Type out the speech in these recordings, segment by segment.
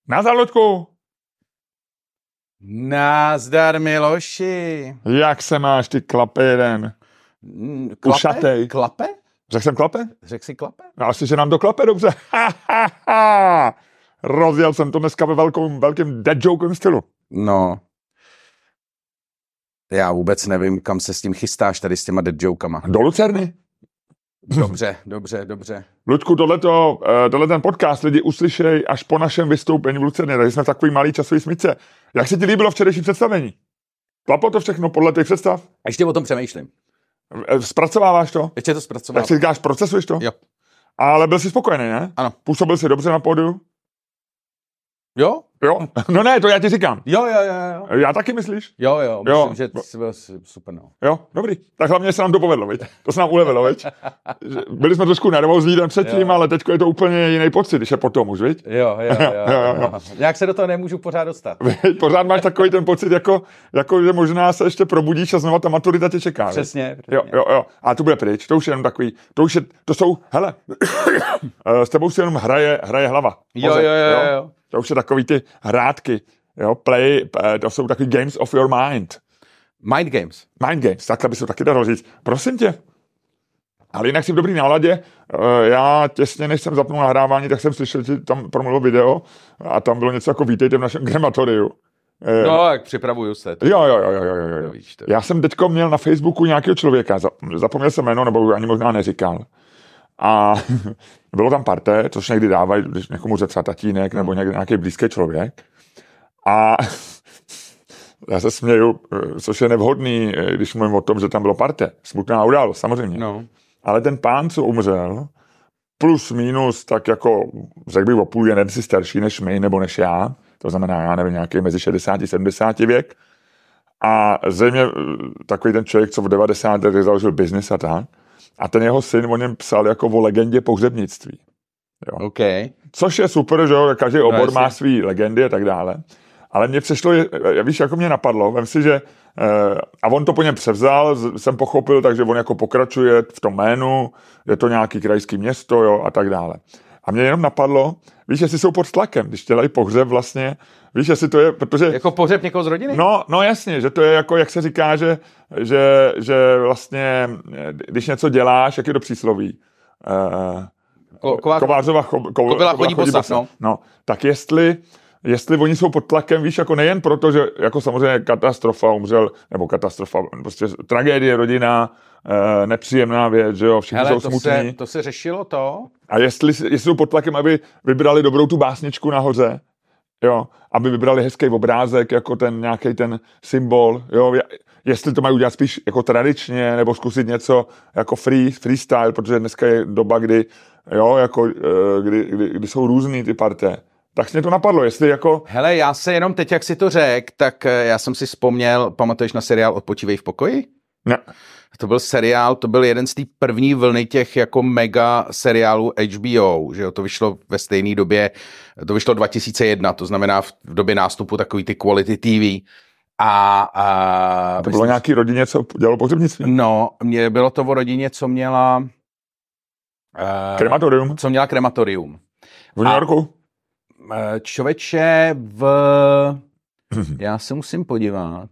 Nazdar, Luďku. Nazdar, Miloši. Jak se máš, ty klape jeden? Ušatej. Klape? Řekl jsem klape? Řekl jsi klape? No, asi, že nám to klape dobře. Rozjel jsem to dneska ve velkým dead jokem stylu. No. Já vůbec nevím, kam se s tím chystáš tady s těma dead jokama. Do Lucerny. Dobře. Luďku, tohle ten podcast lidi uslyšej až po našem vystoupení v Lucerně, takže jsme v takový malý časový smyčce. Jak se ti líbilo včerejší představení? Klaplo to všechno podle těch představ? A ještě o tom přemýšlím. Zpracováváš to? Ještě to zpracovávám. Jak si říkáš, procesuješ to? Jo. Ale byl jsi spokojený, ne? Ano. Působil jsi dobře na pódiu? Jo? Jo? No ne, to já ti říkám. Jo. Já taky myslíš? Jo, myslím, že jsi byl super, no. Jo, dobrý. Tak hlavně se nám to povedlo, viď? To se nám ulevilo, viď? Byli jsme trošku nervózní den předtím, ale teď je to úplně jiný pocit, když je potom už, viď? Jo. Nějak se do toho nemůžu pořád dostat. Pořád máš takový ten pocit, jako že možná se ještě probudíš a znova ta maturita tě čeká. Přesně. Jo. A to bude pryč, to už je jenom takový, to jsou, hele, s tebou si jenom hraje hlava. Jo. To už je takový ty hrátky, jo, to jsou takový games of your mind. Mind games, takhle by se to taky dalo říct. Prosím tě. Ale jinak si v dobrý náladě, já těsně, než jsem zapnul nahrávání, tak jsem slyšel, že tam promluvil video a tam bylo něco jako vítejte v našem krematoriu. No, jak připravuju se. Jo. Já jsem teďko měl na Facebooku nějakého člověka, zapomněl jsem jméno, nebo ani možná neříkal. A bylo tam parté, což někdy dávají, když někomu třeba tatínek nebo nějaký blízký člověk. A já se směju, což je nevhodný, když mluvím o tom, že tam bylo parté. Smutná událost, samozřejmě. No. Ale ten pán, co umřel, plus minus, tak jako, řekl bych o půl jeden si starší než my, nebo než já. To znamená, já nevím, nějaký mezi 60 a 70 věk. A zřejmě takový ten člověk, co v 90. letech založil biznis a tak. A ten jeho syn o něm psal jako o legendě pohřebnictví. Jo. Okay. Což je super, že jo, každý obor má svý legendy a tak dále. Ale mně přešlo, víš, jako mě napadlo, vem si, že a on to po něm převzal, jsem pochopil, takže on jako pokračuje v tom jménu, je to nějaký krajský město, jo, a tak dále. A mě jenom napadlo, víš, jestli jsou pod tlakem, když dělají pohřeb vlastně, víš, jestli to je, protože... Jako pohřeb někoho z rodiny? No jasně, že to je jako, jak se říká, že vlastně, když něco děláš, jak je to přísloví? Kovářova kobila chodí bosa, no. Tak jestli oni jsou pod tlakem, víš, jako nejen proto, že jako samozřejmě katastrofa umřel, nebo katastrofa, prostě tragédie, rodina, nepříjemná věc, že jo, všichni jsou smutní. To se řešilo to? A jestli jsou pod tlakem, aby vybrali dobrou tu básničku nahoře, jo, aby vybrali hezký obrázek, jako ten nějaký ten symbol, jo, jestli to mají udělat spíš jako tradičně, nebo zkusit něco jako freestyle, protože dneska je doba, kdy, jo, jako, kdy jsou různý ty parté. Tak mě to napadlo, jestli jako... Hele, já se jenom teď, jak si to řekl, tak já jsem si vzpomněl, pamatuješ na seriál Odpočívej v pokoji? Ne. To byl seriál, to byl jeden z té první vlny těch jako mega seriálů HBO, že jo, to vyšlo ve stejné době, to vyšlo 2001, to znamená v době nástupu takový ty quality TV. A to bylo nějaký rodině, co dělalo pohřebnictví? No, bylo to o rodině, co měla... krematorium? Co měla krematorium. V New Yorku? Člověče já se musím podívat.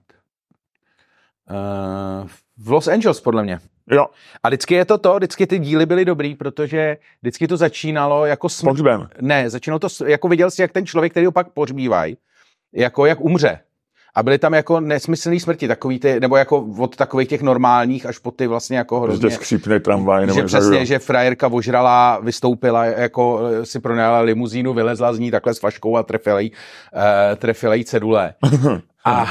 V Los Angeles, podle mě. Jo. A vždycky ty díly byly dobrý, protože vždycky to začínalo jako... Pohřbem. Ne, začínalo to, jako viděl jsi, jak ten člověk, který ho pak pohřbívají, jako jak umře. A byly tam jako nesmyslný smrti, takový ty, nebo jako od takových těch normálních až po ty vlastně jako hrozně... Že skřípne tramvaj. Že přesně, že frajerka ožrala, vystoupila, jako si pronajala limuzínu, vylezla z ní takhle s faškou a trefila jí cedule. A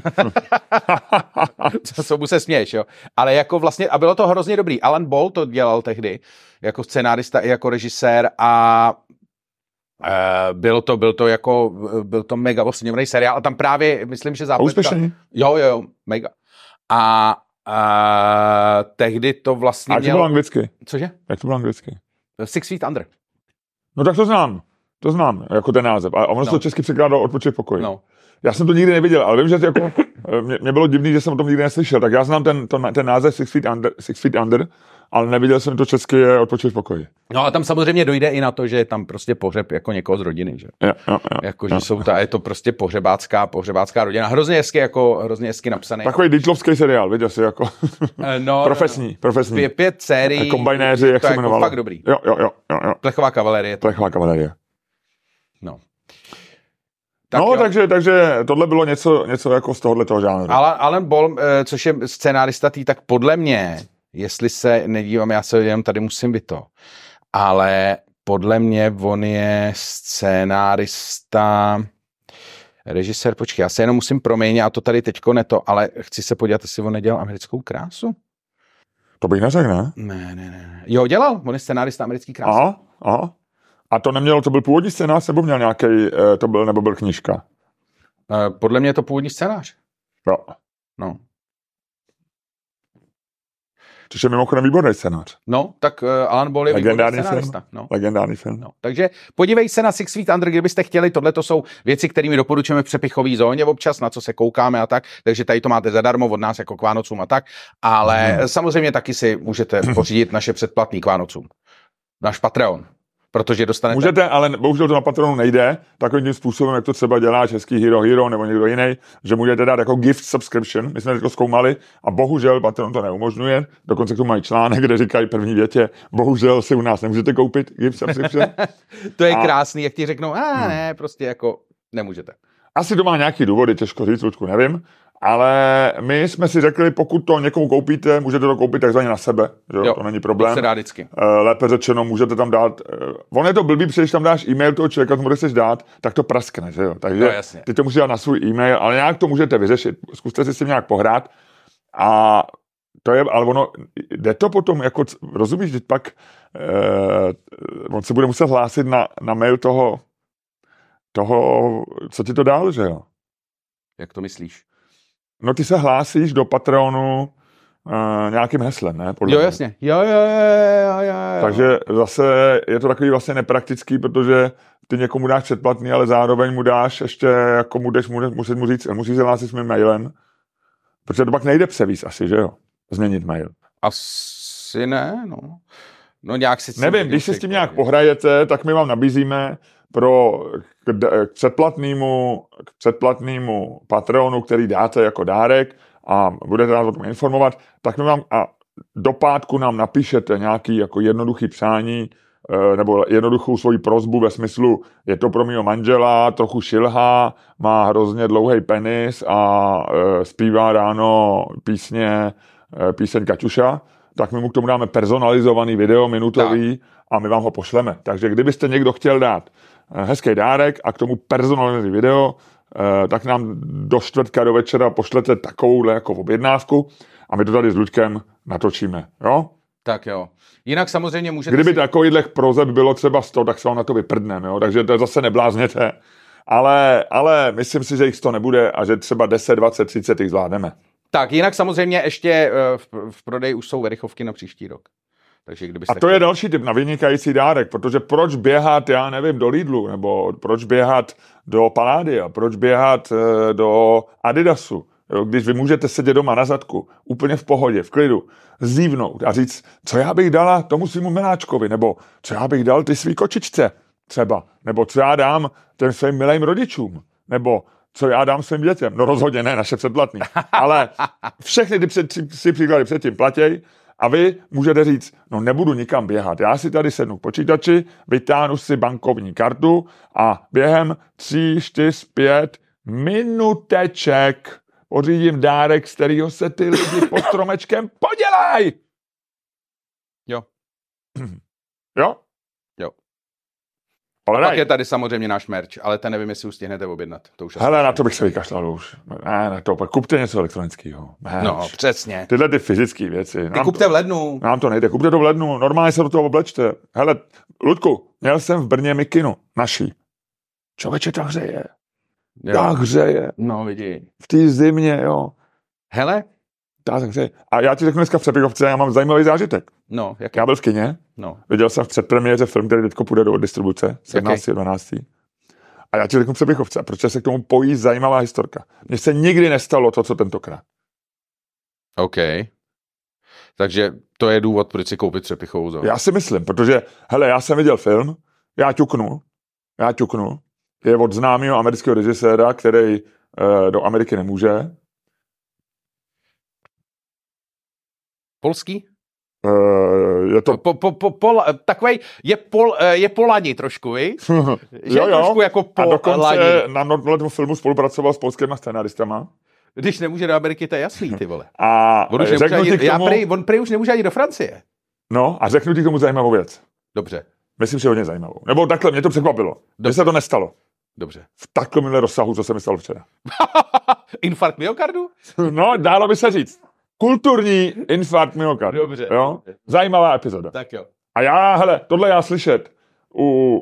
co mu se směješ, jo? Ale jako vlastně, a bylo to hrozně dobrý. Alan Ball to dělal tehdy, jako scenárista i jako režisér a byl to mega osměvný seriál a tam právě, myslím, že zápletka... Úspěšný. Jo, mega. A tehdy to vlastně mělo... A jak to bylo anglicky? Cože? Jak to bylo anglicky? 6 Feet Under. No tak to znám. To znám, jako ten název. A ono se to česky překládalo Odpočij v pokoji. No. Já jsem to nikdy neviděl, ale vím, že to jako, mě bylo divný, že jsem o tom nikdy neslyšel. Tak já znám ten název Six Feet Under, ale neviděl jsem to česky je Odpočij v pokoji. No a tam samozřejmě dojde i na to, že je tam prostě pohřeb jako někoho z rodiny, že? Jako, že je to prostě pohřebácká rodina. Hrozně hezky napsaný. Takový Ditlovský seriál, viděl jsi, jako profesní. 5 sérií. Kombajnéři, jak se jmenovalo. Fakt dobrý. Jo. Plechová kavalerie. No. Takže tohle bylo něco jako z tohoto žánru. Alan Ball, což je scenárista tak podle mě, jestli se nedívám, já se jenom tady musím ale podle mě on je scénárista, režisér, počkej, já se jenom musím proměnit a to tady teďko ale chci se podívat, jestli on nedělal Americkou krásu. To bych neřekl, ne? Ne. Jo, dělal, on je scénárista Americký krásy. Aha. A to byl původní scénář, nebo měl nějaký, nebo byl knížka? Podle mě je to původní scénář. Jo. No. Což je mimochodem výborný scénář. No, tak Alan Ball je legendární scénárista. No. Legendární film. No. Takže podívej se na Six Feet Under, kdybyste chtěli, tohle to jsou věci, kterými doporučujeme v přepichové zóně občas, na co se koukáme a tak, takže tady to máte zadarmo od nás jako k Vánocům a tak, ale samozřejmě taky si můžete pořídit naše předplatný k Vánocům. Náš Patreon. Protože dostanete... Můžete, ale bohužel to na Patronu nejde, takovým způsobem, jak to třeba dělá český Hero nebo někdo jiný, že můžete dát jako gift subscription. My jsme to zkoumali a bohužel Patreon to neumožňuje. Dokonce k tomu mají článek, kde říkají první větě, bohužel si u nás nemůžete koupit gift subscription. To je krásný, jak ti řeknou, ne, prostě jako nemůžete. Asi to má nějaký důvody, těžko říct, Luďku, nevím. Ale my jsme si řekli, pokud to někomu koupíte, můžete to koupit takzvaně na sebe, že jo? To není problém. To se dá vždycky. Lépe řečeno, můžete tam dát, on je to blbý, protože když tam dáš e-mail toho člověka, tomu chceš dát, tak to praskne, že jo? Takže ty to musíte dát na svůj e-mail, ale nějak to můžete vyřešit. Zkuste si s tím nějak pohrát a to je, ale ono, jde to potom, jako, rozumíš, že pak on se bude muset hlásit na mail toho, co ti to dál, že jo? Jak to myslíš? No ty se hlásíš do Patreonu nějakým heslem, ne? Jo, jasně. Jo. Takže zase je to takový vlastně nepraktický, protože ty někomu dáš předplatný, ale zároveň mu dáš ještě, jako muset mu říct, musíš se hlásit s mým mailem, protože to pak nejde převíz asi, že jo? Změnit mail. Asi ne, no. No nějak si... Nevím, když si s tím nějak pohrajete, tak my vám nabízíme k předplatnému Patreonu, který dáte jako dárek a budete nás o tom informovat, tak my vám a do pátku nám napíšete nějaký jako jednoduchý přání nebo jednoduchou svoji prosbu ve smyslu, je to pro mýho manžela, trochu šilhá, má hrozně dlouhý penis a zpívá ráno píseň Kaťuša, tak my mu k tomu dáme personalizovaný video minutový a my vám ho pošleme. Takže kdybyste někdo chtěl dát hezký dárek a k tomu personalizovaný video, tak nám do čtvrtka do večera pošlete takovouhle jako objednávku a my to tady s Luďkem natočíme, jo? Tak jo. Jinak samozřejmě můžete... Kdyby takovýhle prozeb bylo třeba 100, tak se vám na to vyprdneme, jo? Takže to zase neblázněte. Ale myslím si, že jich 100 nebude a že třeba 10, 20, 30 jich zvládneme. Tak, jinak samozřejmě ještě v prodeji už jsou verichovky na příští rok. Takže a to je další typ na vynikající dárek, protože proč běhat, já nevím, do Lidlu, nebo proč běhat do Palladia, proč běhat do Adidasu, jo, když vy můžete sedět doma na zadku, úplně v pohodě, v klidu, zívnout a říct, co já bych dala tomu svýmu miláčkovi, nebo co já bych dal ty svý kočičce třeba, nebo co já dám těm svým milým rodičům, nebo co já dám svým dětem. No rozhodně ne, naše předplatný. Ale všechny ty příklady předtím platěj a vy můžete říct, no nebudu nikam běhat. Já si tady sednu k počítači, vytáhnu si bankovní kartu a během 3, 4, 5 minuteček pořídím dárek, z kterého se ty lidi pod stromečkem podělají. Jo. Jo? Jo. Ale pak je tady samozřejmě náš merch, ale ten nevím, jestli už stihnete objednat. To už hele, na to bych se vykašlal už. Ne, to, kupte něco elektronického. No, přesně. Tyhle ty fyzické věci. Ty kupte v lednu. Nám to nejde, kupte to v lednu, normálně se do toho oblečte. Hele, Ludku, měl jsem v Brně mikinu, naší. Člověče, ta hřeje. Ta hřeje. No, vidí. V té zimě, jo. Hele, A já ti řeknu dneska v Přepichovce, já mám zajímavý zážitek. No, jaký? Já byl v kině, viděl jsem v předpremiéře film, který teďko půjde do distribuce, 17.12. A já ti řeknu v Přepichovce, protože se k tomu pojí zajímavá historka. Mně se nikdy nestalo to, co tentokrát. OK. Takže to je důvod, proč si koupit Třepichovou zónu. Já si myslím, protože, hele, já jsem viděl film, já ťuknu, je od známého amerického režiséra, který do Ameriky nemůže. Polský? Je to... Takovej, je Polani trošku, víš? Jo. Trošku jako Polani. A dokonce na tom filmu spolupracoval s polskýma scenáristama. Když nemůže do Ameriky, to je jasný, ty vole. A on prej už nemůže ani do Francie. No a řeknu ti k tomu zajímavou věc. Dobře. Myslím, že hodně zajímavou. Nebo takhle, mě to překvapilo. Mně se to nestalo. Dobře. V takovémhle rozsahu, co se mi stalo včera. Infarkt myokardu? No, dálo by se říct. Kulturní infarkt myokardu. Dobře. Jo? Zajímavá epizoda. Tak jo. A tohle já slyšet u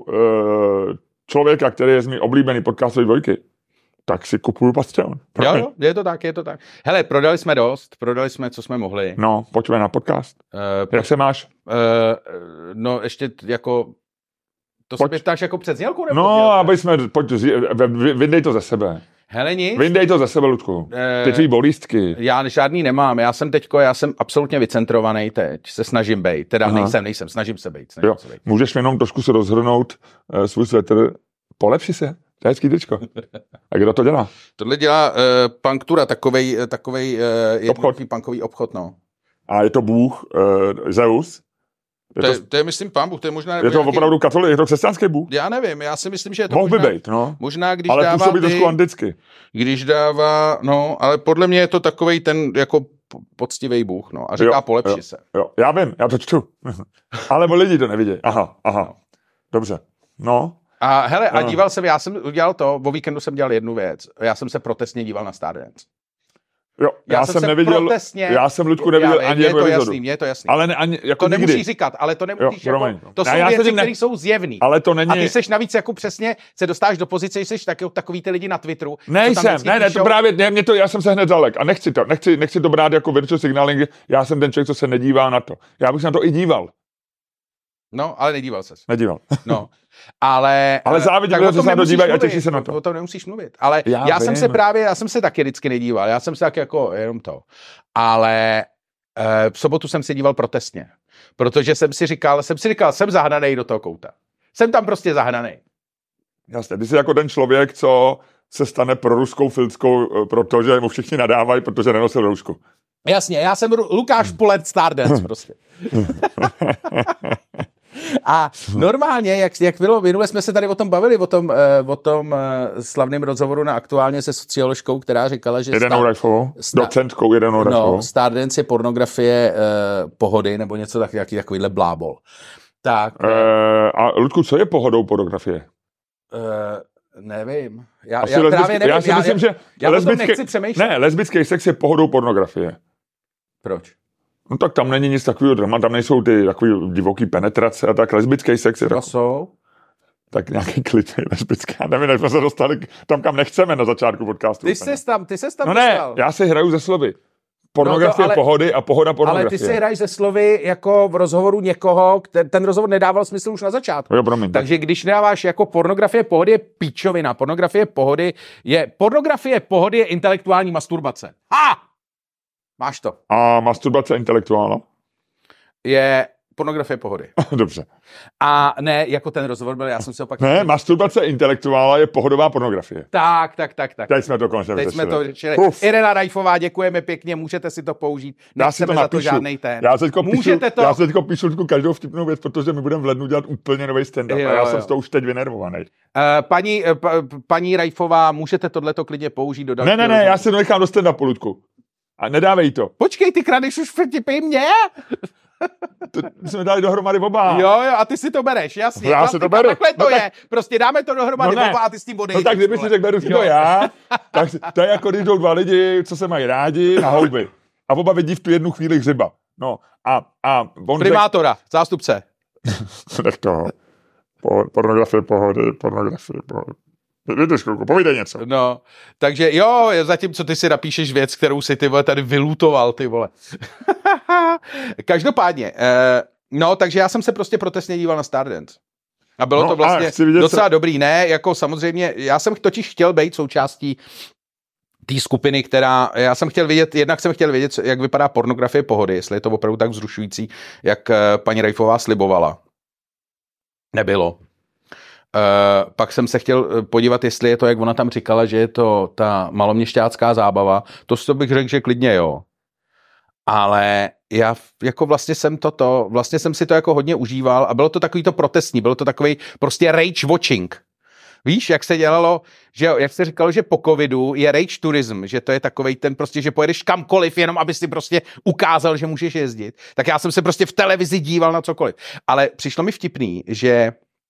člověka, který je z mý oblíbený podcastový dvojky, tak si kupuju Patreon. Jo, je to tak. Hele, prodali jsme dost, co jsme mohli. No, pojďme na podcast. Jak se máš? No, ještě jako... To se mě ptáš jako před znělkou? No, aby jsme... Vyndej to ze sebe. Hele, nic. Vyndej to ze sebe, Ludku. Ty tvý bolístky. Já žádný nemám. Já jsem absolutně vycentrovaný teď. Se snažím bejt. Teda nejsem. Snažím se bejt. Můžeš jenom trošku se rozhrnout svůj svetr. Polepši se. To je hezký tričko. A kdo to dělá? Tohle dělá Punktura, takovej jednoduchý punkový obchod, no. A je to bůh Zeus? To je, myslím, pán Bůh, to je možná... Je to opravdu katolik, je to křesťanský bůh? Já nevím, já si myslím, že je to mohl by být, no. Možná, když ale dává... Ale působí trošku anticky. Když dává, no, ale podle mě je to takovej ten jako poctivý bůh, no. A říká polepši se. Jo, já vím, já to čtu. Ale lidi to nevidí. Aha. Dobře. No. A hele, a díval jsem, já jsem udělal to, o víkendu jsem dělal jednu věc. Já jsem se protestně díval na Stardance. Jo, já jsem neviděl, já jsem, Ludku, neviděl ani jednu epizodu. Mně je to jasný. Ale ne, ani, jako to nemusíš říkat, ale to nemusíš, to jsou věci, které jsou zjevný. Ale to není... A ty seš navíc jako přesně, se dostáváš do pozice, že seš takový ty lidi na Twitteru. Nejsem, to právě, já jsem se hned dalek a nechci to brát jako virtual signaling, já jsem ten člověk, co se nedívá na to. Já bych se na to i díval. No, ale nedíval ses. Nedíval. No. Ale závidím, že se na to dívají a těší se na to. O tom nemusíš mluvit. Ale já jsem se taky vždycky nedíval. Já jsem se tak jako jenom to. Ale v sobotu jsem se díval protestně. Protože jsem si říkal, jsem zahnanej do toho kouta. Jsem tam prostě zahnanej. Jasně, ty jsi jako ten člověk, co se stane proruskou filckou, protože mu všichni nadávají, protože nenosil roušku. Jasně, já jsem Lukáš Polet Stardance prostě. A normálně, jak bylo, minule jsme se tady o tom bavili, o tom slavném rozhovoru na Aktuálně se socioložkou, která říkala, že... docentkou Jedenou Rajfovou. No, Stardance je pornografie pohody, nebo něco takovýhle blábol. Tak. A Ludku, co je pohodou pornografie? Nevím. Já právě nevím. Já si myslím, že nechci přemýšlet. Ne, lesbický sex je pohodou pornografie. Proč? No tak tam není nic takového drama, tam nejsou ty takový divoký penetrace a tak, lesbický sex je jsou? Tak nějaký klid lesbický, já nevím, jak jsme se dostali tam, kam nechceme na začátku podcastu. Ty ses tam no dostal. Ne, já si hraju ze slovy. Pornografie pohody a pohoda pornografie. Ale ty si hraješ ze slovy jako v rozhovoru někoho, ten rozhovor nedával smysl už na začátku. Jo, promiň, takže když dáváš jako pornografie pohody je píčovina. Pornografie pohody je intelektuální masturbace. Máš to. A masturbace intelektuálna? Je pornografie pohody. Dobře. A ne, jako ten rozhovor byl, já jsem si opak... Ne, masturbace intelektuála je pohodová pornografie. Tak. Teď jsme to konečně řešili. Irena Rajfová, děkujeme pěkně, můžete si to použít. Nechceme za to žádnej ten. Já se teďko píšu každou vtipnou věc, protože my budeme v lednu dělat úplně nový stand-up. A já jsem z toho už teď vynervovaný. Paní Rajfová, můžete tohleto klidně použít do dalšího. Ne, já si to nechám do stand-upu, Ludku. A nedávej to. Počkej, ty kradeš už vtipy mě? To jsme dali dohromady oba. Jo, a ty si to bereš, jasně. Já si to beru. Takhle to je. Prostě dáme to dohromady oba a ty s tím odejdeš. No tak kdyby si řekl, beru si to já, tak to je jako když jdou dva lidi, co se mají rádi, na houby. A oba vidí v tu jednu chvíli hřiba. No a on primátora, zástupce. Tak to. Pornografie pohody. Vytuškou, povídej něco. No, takže jo, zatímco ty si napíšeš věc, kterou si ty vole tady vylutoval, ty vole. Každopádně, no, takže já jsem se prostě protestně díval na Stardance. A bylo to vlastně docela dobrý, ne, jako samozřejmě, já jsem totiž chtěl být součástí té skupiny, která, jednak jsem chtěl vědět, jak vypadá pornografie pohody, jestli je to opravdu tak vzrušující, jak paní Rajfová slibovala. Nebylo. Pak jsem se chtěl podívat, jestli je to, jak ona tam říkala, že je to ta maloměšťácká zábava. To bych řekl, že klidně jo. Ale já jako vlastně jsem si to jako hodně užíval a bylo to takový to protestní, bylo to takový prostě rage watching. Víš, jak se dělalo, že jak se říkalo, že po covidu je rage tourism, že to je takovej ten prostě, že pojedeš kamkoliv, jenom aby si prostě ukázal, že můžeš jezdit. Tak já jsem se prostě v televizi díval na cokoliv. Ale přišlo mi vtiplný, že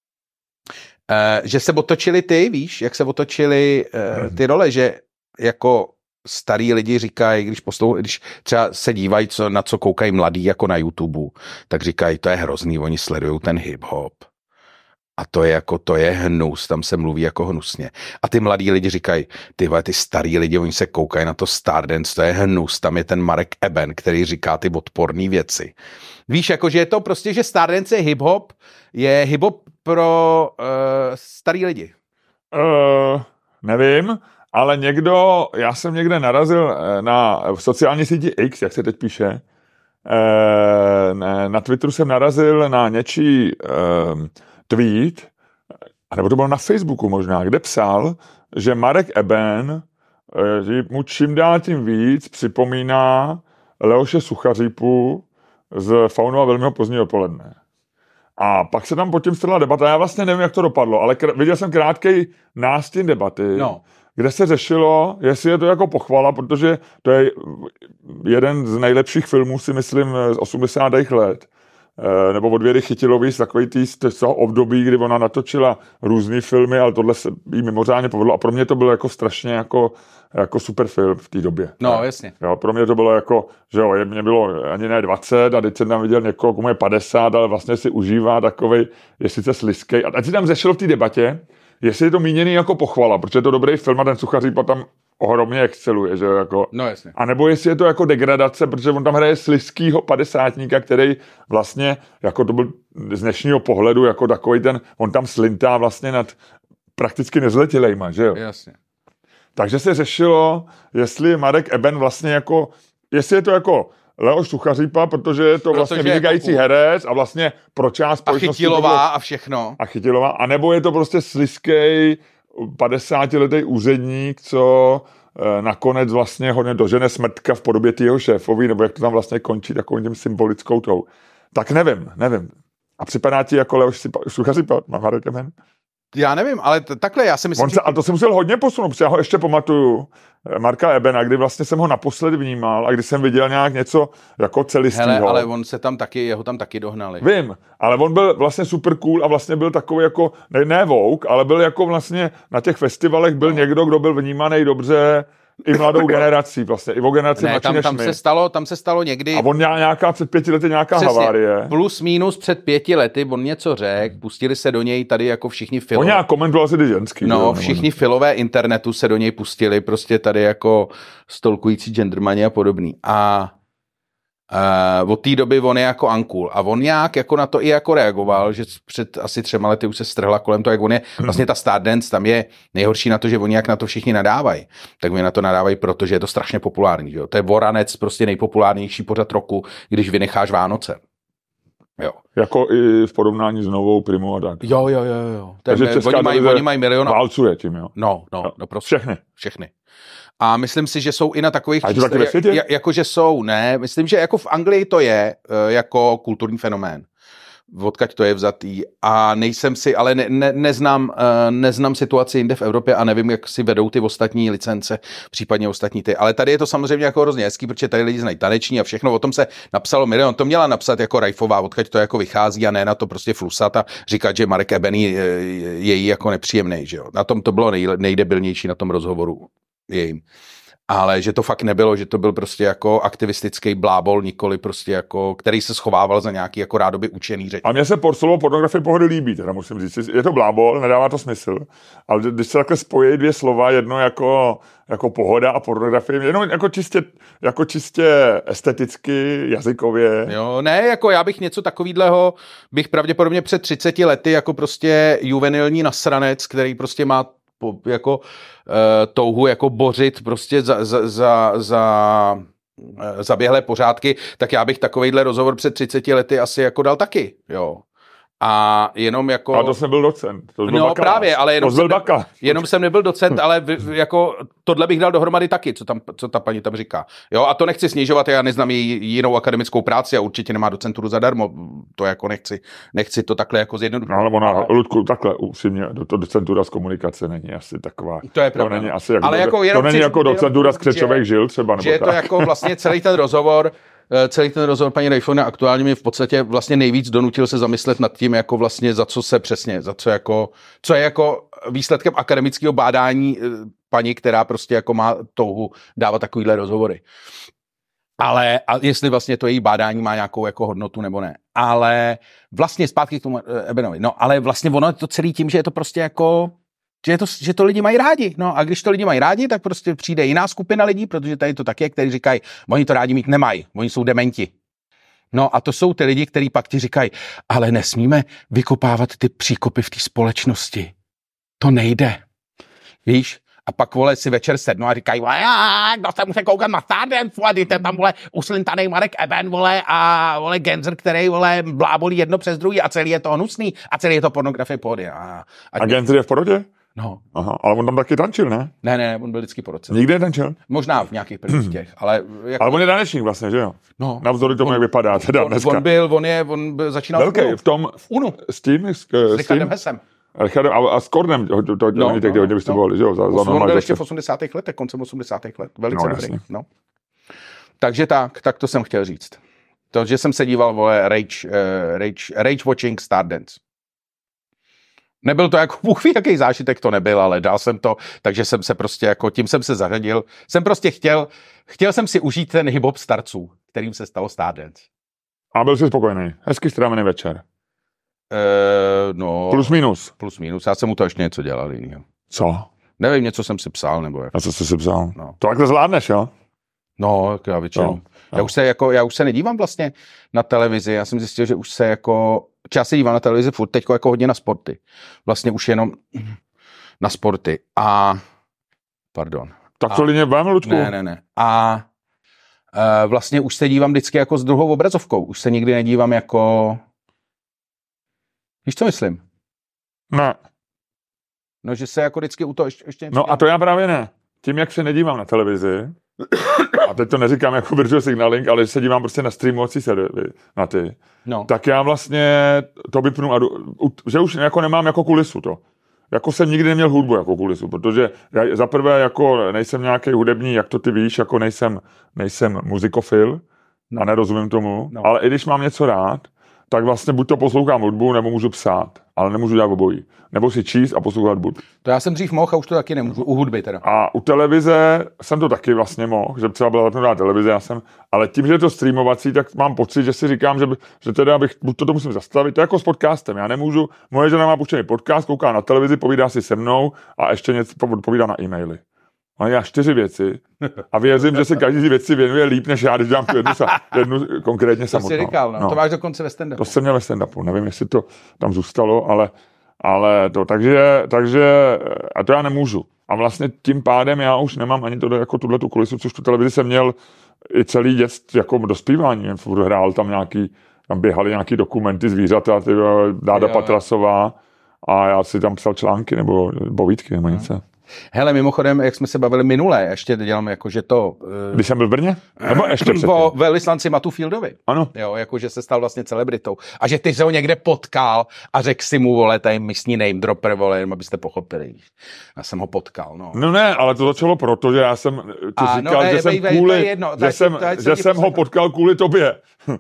se otočili víš, jak se otočili ty role, že jako starý lidi říkají, když třeba se dívají, na co koukají mladí jako na YouTube, tak říkají, to je hrozný, oni sledují ten hip-hop. A to je hnus, tam se mluví jako hnusně. A ty mladí lidi říkají, ty starý lidi, oni se koukají na to Stardance, to je hnus, tam je ten Marek Eben, který říká ty odporné věci. Víš, jakože je to prostě, že Stardance je hip-hop pro starý lidi. Nevím, ale já jsem někde narazil na sociální síti X, jak se teď píše, na Twitteru jsem narazil na něčí tweet, nebo to bylo na Facebooku možná, kde psal, že Marek Eben mu čím dál tím víc připomíná Leoše Suchařípu z Faunu a velmi pozdního odpoledne. A pak se tam pod tím strhla debata, já vlastně nevím, jak to dopadlo, ale viděl jsem krátkej nástin debaty, kde se řešilo, jestli je to jako pochvala, protože to je jeden z nejlepších filmů, si myslím, z 80. let. Nebo od Věry Chytilový z takový z toho období, kdy ona natočila různý filmy, ale tohle se jí mimořádně povedlo a pro mě to bylo jako strašně jako super film v té době. No, jasně. Jo, pro mě to bylo jako, že jo, mě bylo ani ne 20 a teď jsem tam viděl někoho, komu je 50, ale vlastně si užívá takovej, je sice slizkej. A teď si tam řešilo v té debatě, jestli je to míněný jako pochvala, protože je to dobrý film a ten Suchařípa tam ohromně exceluje, že jako. No jasně. A nebo jestli je to jako degradace, protože on tam hraje slizkýho padesátníka, který vlastně, jako to byl z dnešního pohledu, jako takový on tam slintá vlastně nad prakticky nezletilejma, že jo. Jasně. Takže se řešilo, jestli Marek Eben vlastně jako, jestli je to jako Leoš Suchařípa, protože je to vlastně vynikající herec a vlastně pro část společnosti. A Chytilová a všechno. A Chytilová, anebo je to prostě slizkej 50letý úředník, co nakonec vlastně hodně dožene smrtka v podobě tého šéfovi, nebo jak to tam vlastně končí takovým tím symbolickou tou. Tak nevím. A připadá ti jako Leoš Suchařípa, Marek Eben? Já nevím, ale takhle já si myslím, a to jsem musel hodně posunout, protože já ho ještě pamatuju, Marka Ebena, kdy vlastně jsem ho naposled vnímal a když jsem viděl nějak něco jako celistýho. Hele, ale jeho tam taky dohnali. Vím, ale on byl vlastně super cool a vlastně byl takový jako, ne vouk, ale byl jako vlastně na těch festivalech byl někdo, kdo byl vnímaný dobře i mladou generací vlastně, i o generaci mladší než my. Tam se stalo někdy. A on nějaká před 5 lety nějaká havárie. Plus minus před 5 lety, on něco řekl, pustili se do něj tady jako všichni filové. On nějak komentoval si ty ženský. Všichni filové internetu se do něj pustili, prostě tady jako stolkující gendermani a podobný. A od té doby on je jako uncool. A on nějak jako na to i jako reagoval, že před asi 3 lety už se strhla kolem toho, jak on je, vlastně ta Stardance, tam je nejhorší na to, že oni jak na to všichni nadávají. Tak oni na to nadávají, protože je to strašně populární. Jo? To je Voranec, prostě nejpopulárnější pořad roku, když vynecháš Vánoce. Jo. Jako i v porovnání s novou Primu a tak. Jo. Takže oni mají milion. Válcuje tím, jo. No, prostě. Všechny. A myslím si, že jsou i na takových číslech, jakože jsou, ne, myslím, že jako v Anglii to je jako kulturní fenomén. Odkud to je vzatý a nejsem si, ale neznám situaci jinde v Evropě a nevím, jak si vedou ty ostatní licence, případně ostatní ty, ale tady je to samozřejmě jako hrozně hezký, protože tady lidi znají taneční a všechno, o tom se napsalo milion, to měla napsat jako Rajfová, odkud to jako vychází a ne na to prostě flusat a říkat, že Marek Eben je jí jako nepříjemný, že jo. Na tom to bylo nejdebilnější na tom rozhovoru jejím. Ale že to fakt nebylo, že to byl prostě jako aktivistický blábol, nikoli prostě jako, který se schovával za nějaký jako rádoby učený řeč. A mně se slovo pornografie pohody líbí, teda musím říct. Je to blábol, nedává to smysl, ale když se takhle spojí dvě slova, jedno jako pohoda a pornografie, jenom jako čistě esteticky, jazykově. Jo, ne, jako já bych něco takovýhleho, bych pravděpodobně před 30 lety jako prostě juvenilní nasranec, který prostě má jako touhu jako bořit prostě za zaběhlé pořádky, tak já bych takovejhle rozhovor před 30 lety asi jako dal taky, jo. A jenom jako... A to jsem byl docent. To byl bakalář. Právě, ale jenom jsem nebyl docent, ale jako tohle bych dal dohromady taky, co ta paní tam říká. Jo, a to nechci snižovat, já neznám její jinou akademickou práci a určitě nemá docenturu zadarmo, to jako nechci to takhle jako zjednodušit. No, ale ona, Ludku, takhle upřímně, to docentura z komunikace není asi taková. To je pravda. To není asi jako, ale jako to není jako docentura z křečových žil třeba. Že je to jako vlastně celý ten rozhovor, paní Rejfové aktuálně mi v podstatě vlastně nejvíc donutil se zamyslet nad tím, jako vlastně co je jako výsledkem akademického bádání paní, která prostě jako má touhu dávat takovýhle rozhovory. Ale a jestli vlastně to její bádání má nějakou jako hodnotu nebo ne. Ale vlastně zpátky k tomu Ebenovi. No, ale vlastně ono je to celý tím, že je to prostě jako že to lidi mají rádi. No a když to lidi mají rádi, tak prostě přijde jiná skupina lidí, protože tady to tak je, kteří říkají, oni to rádi mít nemají, oni jsou dementi. No a to jsou ty lidi, kteří pak ti říkají, ale nesmíme vykopávat ty příkopy v té společnosti. To nejde. Víš? A pak, vole, si večer sednou a říkají, kdo se může koukat na Stardance, vole, je tam, vole, uslintanej Marek Eben, vole, a, vole, Genzer, který, vole, blábolí jedno přes druhý a celý je to hnusný a celý je to pornografie pohody. A Genzer je v porodě? No. Aha, ale on tam taky tančil, ne? Ne, on byl vždycky po roce. Nikdy netančil? Možná v nějakých prvních těch, ale... Jako... Ale on je tanečník vlastně, že jo? No. Navzdory tomu, jak vypadá teda dneska. On začínal velký, v Unu. S tím? S Richardem Hessem. A s Kornem, oni tehdy hodně vystupovali, že jo? On byl ještě v 80. letech, koncem 80. let. Velice dobrý. No. Takže tak to jsem chtěl říct. To, že jsem se díval, vole, Rage Watching Stardance. Nebyl to jako, Bůh ví, jaký zážitek to nebyl, ale dal jsem to, takže jsem se prostě jako, tím jsem se zařadil. Jsem prostě chtěl jsem si užít ten hip-hop starců, kterým se stalo Stardance. A byl jsi spokojený. Hezky strávený večer. No. Plus minus. Já jsem mu to ještě něco dělal jinýho. Co? Nevím, něco jsem si psal, nebo jak. A co jsi si psal? No. To takhle zvládneš, jo? No, já většinou. No. Já už se nedívám vlastně na televizi, já jsem zjistil, že už se jako, já se dívám na televizi furt teďko jako hodně na sporty. Vlastně už jenom na sporty a, pardon. Tak to lině vem, Lučku? Ne. A vlastně už se dívám vždycky jako s druhou obrazovkou, už se nikdy nedívám jako, víš, co myslím? Ne. No, že se jako vždycky u toho ještě no a to já právě ne. Tím, jak se nedívám na televizi, a teď to neříkám jako virtual signaling, ale se dívám prostě na streamovací servery, na ty, no. Tak já vlastně to vypnu a že už jako nemám jako kulisu to. Jako jsem nikdy neměl hudbu jako kulisu, protože já zaprvé jako nejsem nějaký hudební, jak to ty víš, jako nejsem muzikofil a nerozumím tomu, ale i když mám něco rád, tak vlastně buď to poslouchám hudbu, nebo můžu psát, ale nemůžu dělat obojí. Nebo si číst a poslouchat hudbu. To já jsem dřív mohl a už to taky nemůžu, u hudby teda. A u televize jsem to taky vlastně mohl, že třeba byla zapnutá televize, ale tím, že je to streamovací, tak mám pocit, že si říkám, že teda buď to musím zastavit, to je jako s podcastem, já nemůžu, moje žena má puštěný podcast, kouká na televizi, povídá si se mnou a ještě něco povídá na e-maily. Mám já 4 věci a věřím, že se každý věci věnuje líp, než já, když dělám tu jednu konkrétně samotnou. To jsi říkal, no. To máš dokonce ve stand-upu. To jsem měl ve stand-upu, nevím, jestli to tam zůstalo, ale to, takže, a to já nemůžu. A vlastně tím pádem já už nemám ani to jako tuhletu kulisu, což tu televizi jsem měl i celý dětství, jako dospívání, hrál tam běhaly nějaký dokumenty zvířata, Dáda Patrasová a já si tam psal články nebo povídky nebo něco. Hele, mimochodem, jak jsme se bavili minule, ještě dělám jakože to... Když jsem byl v Brně? Nebo ještě předtím? Po velvyslanci Matu Fieldovi. Ano. Jo, jakože se stal vlastně celebritou. A že ty se ho někde potkal a řekl si mu, vole, tady místní name dropper, vole, jenom abyste pochopili. Já jsem ho potkal, no. No ne, ale to začalo proto, že já jsem říkal, že jsem kvůli, že jsem ho potkal kvůli tobě.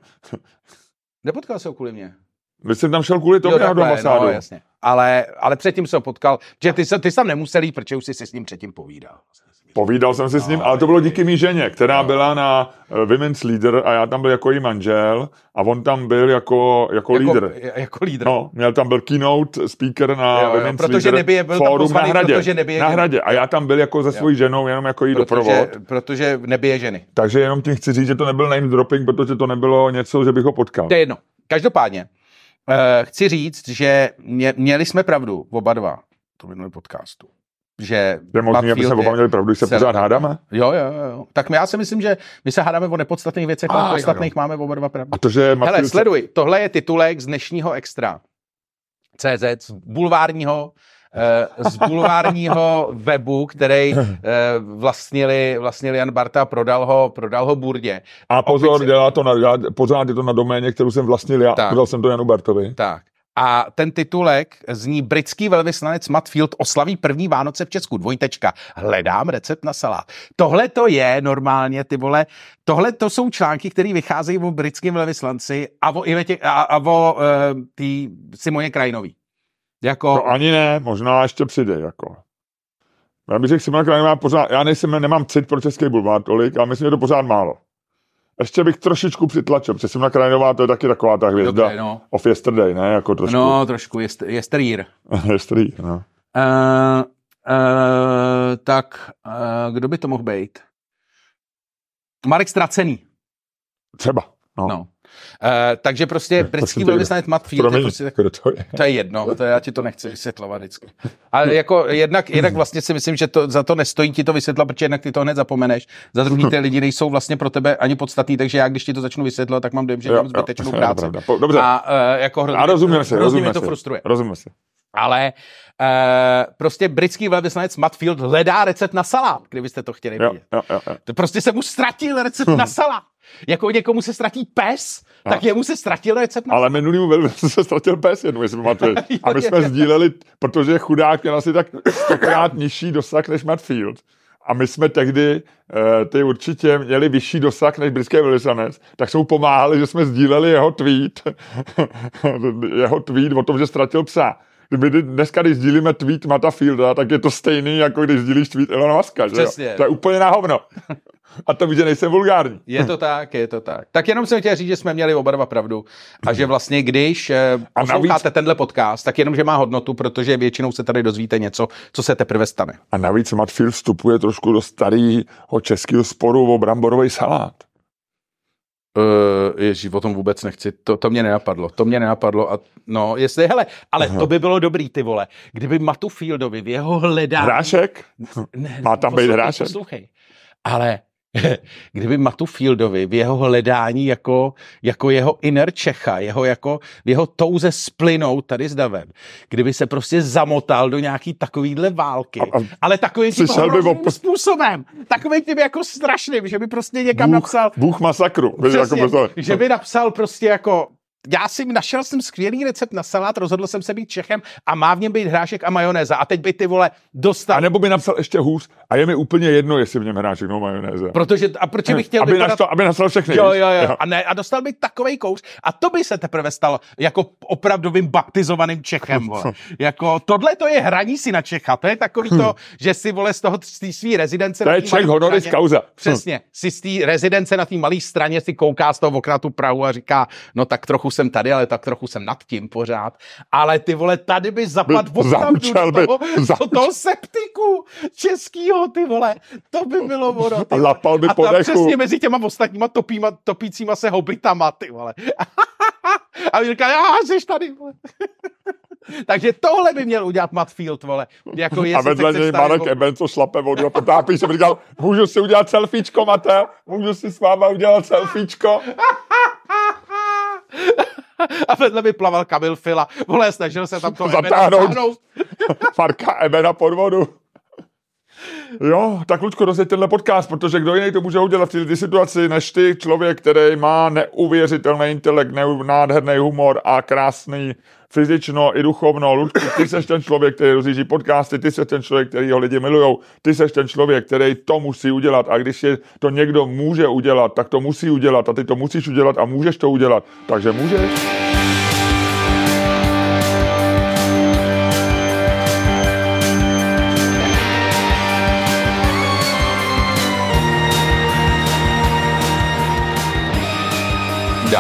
Nepotkal se ho kvůli mě. Vy jsem tam šel kvůli tobě do ambasádu. No, jasně. Ale předtím jsem ho potkal, že ty jsi tam nemusel jít, protože už jsi si s ním předtím povídal. Povídal jsem si s ním, ale to bylo díky mý ženě, která byla na Women's Leader a já tam byl jako její manžel a on tam byl jako lídr. Jako lídr. No, měl tam byl keynote speaker na Women's protože Leader byl tam pozvaný, protože nebije na Hradě. A já tam byl jako se svojí ženou, jenom jako jí doprovod. Protože nebije ženy. Takže jenom tím chci říct, že to nebyl name dropping, protože to nebylo něco, že bych ho potkal. To je jedno. Každopádně, chci říct, že měli jsme pravdu oba dva v minulém podcastu. Že je možný, aby jsme oba měli pravdu, když se pořád hádáme? Jo. Tak já si myslím, že my se hádáme o nepodstatných věcech, a o podstatných máme oba dva pravdu. A to, že hele, sleduj, tohle je titulek z dnešního Extra. CZ, z bulvárního webu, který vlastnili Jan Barta a prodal ho Burdě. A pozor, pořád je to na doméně, kterou jsem vlastnil já, prodal jsem to Janu Bartovi. Tak. A ten titulek zní: britský velvyslanec Matt Field oslaví první Vánoce v Česku. Hledám recept na salát. Tohle to je normálně, ty vole, tohle to jsou články, které vycházejí o britském velvyslanci a o tý Simoně Krajinový. Jako... To ani ne, možná ještě přijde, jako. Já bych řekl, Simona Krajinová pořád, nemám cit pro český bulvár tolik, ale myslím, že to pořád málo. Ještě bych trošičku přitlačil, protože Simona Krajinová to je taky taková ta hvězda of yesterday, ne? Jako trošku. No, trošku, yesteryear. Yesteryear, no. Tak, kdo by to mohl být? Marek Ztracený. Třeba, no. Takže prostě britský velvyslanec Matt Field. To je jedno, já ti to nechci vysvětlovat vždycky. Ale jako jednak vlastně si myslím, že to za to nestojí ti to vysvětlovat, protože jednak ty to hned zapomeneš. Za druhý ty lidi nejsou vlastně pro tebe ani podstatný, takže já když ti to začnu vysvětlovat, tak mám dojem, že mám zbytečnou práci. Dobře. A jako hrozně mě to frustruje. Rozumím si. Ale prostě britský velvyslanec Matt Field hledá recept na salát, kdybyste to chtěli vidět. To prostě se mu ztratil recept na salát. Jako někomu se ztratí pes, tak jemu se ztratil recept na salát. Ale minulýmu velvyslanci se ztratil pes jednou, jestli pamatuješ. A my jsme sdíleli, protože chudák měl asi tak 100krát nižší dosah než Matt Field. A my jsme tehdy, ty určitě měli vyšší dosah než britský velvyslanec, tak jsme mu pomáhali, že jsme sdíleli jeho tweet o tom, že ztratil psa. Dneska, když sdílíme tweet Matta Fielda, tak je to stejný, jako když sdílíš tweet Elona Muska. Přesně. To je úplně na hovno. A to víš, že nejsem vulgární. Je to tak. Tak jenom jsem chtěl říct, že jsme měli oba dva pravdu. A že vlastně, když posloucháte tenhle podcast, tak jenom, že má hodnotu, protože většinou se tady dozvíte něco, co se teprve stane. A navíc Matt Field vstupuje trošku do starého českého sporu o bramborový salát. Ježí, o tom vůbec nechci, to mě nenapadlo a no, jestli, hele, ale to by bylo dobrý, ty vole, kdyby Mattu Fieldovi v jeho hledání... Hrášek? Má tam být hrášek? Poslouchej, ale kdyby Mattu Fieldovi v jeho hledání jako jeho inner Čecha, jeho touze splynout tady s davem, kdyby se prostě zamotal do nějaký takovýhle války, ale takovým tím hrozným způsobem, takovým tím jako strašným, že by prostě někam napsal... Bůh masakru. Přesně, že by napsal prostě jako... Našel jsem skvělý recept na salát, rozhodl jsem se být Čechem a má v něm být hrášek a majonéza. A teď by ty vole dostal. A nebo by napsal ještě hůř a je mi úplně jedno, jestli v něm hrášek nebo majonéza. Proč bych chtěl aby napsal všechny. Jo. A dostal by takovej kouř a to by se teprve stalo jako opravdovým baptizovaným Čechem, vole. Jako tohle to je hraní si na Čecha. To je takový to, že si vole z té svý rezidence. To je Čech honoris causa. Přesně. Si z té rezidence na té malé straně si kouká z toho okna tu Prahu a říká, no tak trochu jsem tady, ale tak trochu jsem nad tím pořád. Ale ty vole, tady by zapadl do toho septiku českýho, ty vole. To by bylo ono. Lapal by po dechu. Přesně mezi těma ostatníma topícíma se hobitama, ty vole. A mi říká, jsi tady, vole. Takže tohle by měl udělat Matt Field, vole. Jako a vedle něj Marek Eben, co šlape vodu a potápí se, říkal, můžu si udělat selfiečko, Mate? Můžu si s váma udělat selfiečko? A vedle by plaval Kamil Fila. Vole, snažil se tam to zatáhnout. Marka Ebena pod vodu. Jo, tak Luďko, rozjeď tenhle podcast, protože kdo jiný to může udělat v této situaci, než ty, člověk, který má neuvěřitelný intelekt, nádherný humor a krásný fyzično i duchovno. Luďku, ty seš ten člověk, který rozjíždí podcasty, ty seš ten člověk, který ho lidi milujou, ty seš ten člověk, který to musí udělat a když je to někdo může udělat, tak to musí udělat a ty to musíš udělat a můžeš to udělat. Takže můžeš.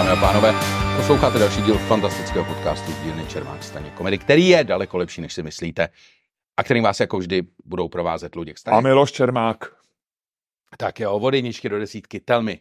dámy a pánové. Posloucháte další díl fantastického podcastu z dílny Čermák Staněk Komedy, který je daleko lepší, než si myslíte a kterým vás jako vždy budou provázet Luděk Staněk. A Miloš Čermák. Tak jo, od jedničky do desítky, tell me.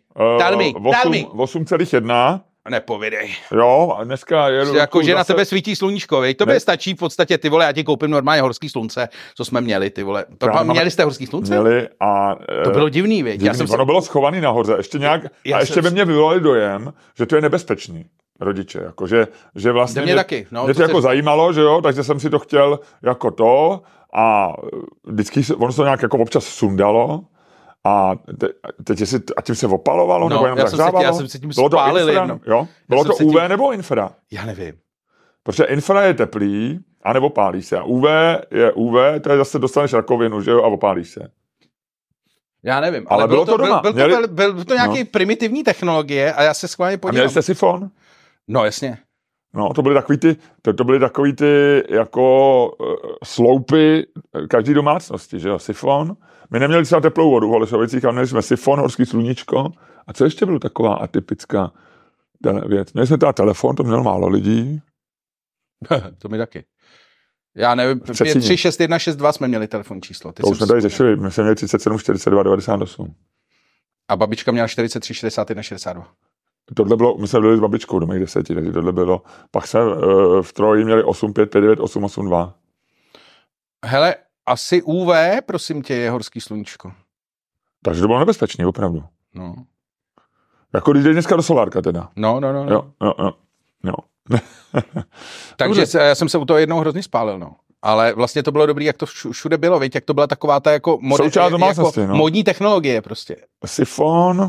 8,1. Nepovědej. Jo, a dneska je... Jako, že na tebe svítí sluníčko, vej? Tobě stačí v podstatě, ty vole, já ti koupím normálně horský slunce, co jsme měli, ty vole. Měli jste horský slunce? Měli a... To bylo divný, veď. Ono bylo schovaný nahoře, ještě nějak... A ještě ve mně vyvolali dojem, že to je nebezpečný. Rodiče, jako, že vlastně... Mě taky. No, mě to jako zajímalo, že jo, takže jsem si to chtěl jako to a vždycky ono se to nějak jako občas sundalo a tím se opalovalo, nebo jenom zahřávalo? Já jsem se tím spálil jedno. Jo? Bylo to UV nebo infra? Já nevím. Protože infra je teplý a nebo pálí se. A UV je UV, to je zase dostaneš rakovinu, že jo, a opálíš se. Já nevím, ale bylo to doma. Byl to nějaký primitivní technologie a já se schválně podívám. A měli jste sifon? No, jasně. No, to byly takový ty jako sloupy každý domácnosti, že jo, sifon. My neměli třeba teplou vodu v Holešovicích, ale měli jsme sifon, horský sluníčko. A co ještě bylo taková atypická věc? Měli jsme teda telefon, to mělo málo lidí. To mi taky. Já nevím, 5366162 jsme měli telefonní číslo. To už jsme tady řešili, my jsme měli 37 42 98. A babička měla 43 61 62. Tohle bylo, my jsme byli s babičkou do mých 10, takže tohle bylo. Pak jsme v Troji měli 8559 882. Hele, asi UV, prosím tě, je horský sluníčko. Takže to bylo nebezpečný, opravdu. No. Jako když jdeš dneska do solárka teda. No. Jo. Takže já jsem se u toho jednou hrozně spálil, no. Ale vlastně to bylo dobrý, jak to všude bylo, viď? Jak to byla taková ta jako modní technologie prostě. Sifon,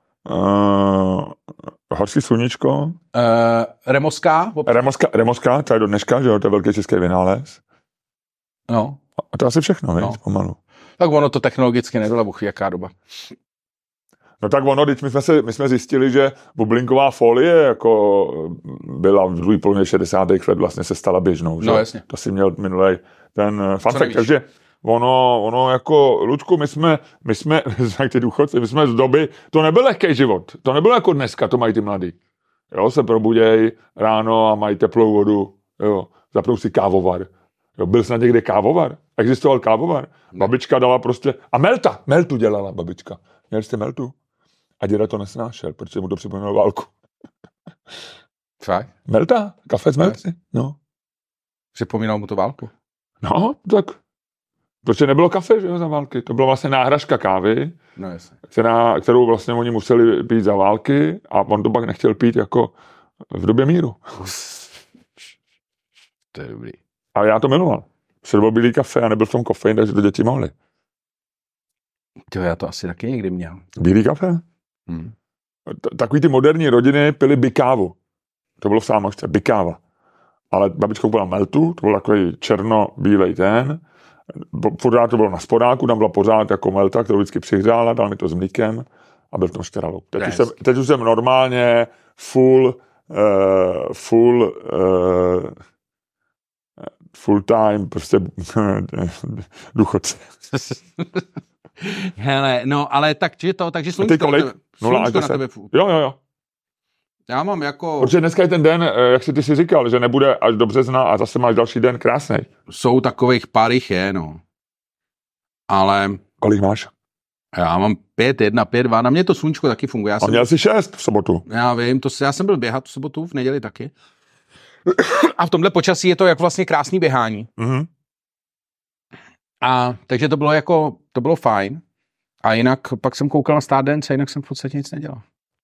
horský sluníčko. Remoska, to je do dneška, že jo, to je velký český vynález. No. A to asi všechno, no. Pomalu. Tak ono to technologicky nebyla buchy, jaká doba. No tak ono, teď my jsme zjistili, že bublinková folie jako byla v druhé polovině 60. let vlastně se stala běžnou. Že? No jasně. To si měl minulej ten fun fact. Takže ono jako, Luďku, my jsme jak ty důchodci, my jsme z doby, to nebyl lehký život. To nebylo jako dneska, to mají ty mladí. Jo, se probudějí ráno a mají teplou vodu, jo, zaprou si kávovar. Jo, byl snad někde kávovar? Existoval kávovar? Ne. Babička dala prostě, a meltu dělala babička. Měli jste meltu? A děda to nesnášel, protože mu to připomínalo válku. Fakt? Melta? Kafe z melty? No. Připomínalo mu to válku? No, tak. Protože nebylo kafe, že jo, za války. To byla vlastně náhražka kávy, no, jasně. kterou vlastně oni museli pít za války a on to pak nechtěl pít jako v době míru. To je dobrý. Ale já to miloval. Byl bílý kafe a nebyl v tom kofein, takže to děti mohly. Jo, já to asi taky někdy měl. Bílý kafe? Takový ty moderní rodiny pili bikávu. To bylo v Sámošce, bikáva. Ale babička koupila meltu, to byl takový černo-bílej ten. Pořád to bylo na spodáku, tam byla pořád jako melta, kterou vždycky přihřála, dal mi to s mlíkem a byl v tom štěralou. Teď už jsem normálně full time, prostě důchodce. Hele, no, ale takže sluníčko na tebe. Jo. Já mám jako... Protože dneska je ten den, jak ty si říkal, že nebude až do března a zase máš další den krásnej. Jsou takových pár jich je, no. Ale... Kolik máš? Já mám 5-1, 5-2, na mě to sluníčko taky funguje. A měl jsi 6 v sobotu. Já vím, já jsem byl běhat v sobotu, v neděli taky. A v tomhle počasí je to jako vlastně krásný běhání. Mhm. A takže to bylo fajn. A jinak pak jsem koukal na Stardance a jinak jsem v podstatě nic nedělal.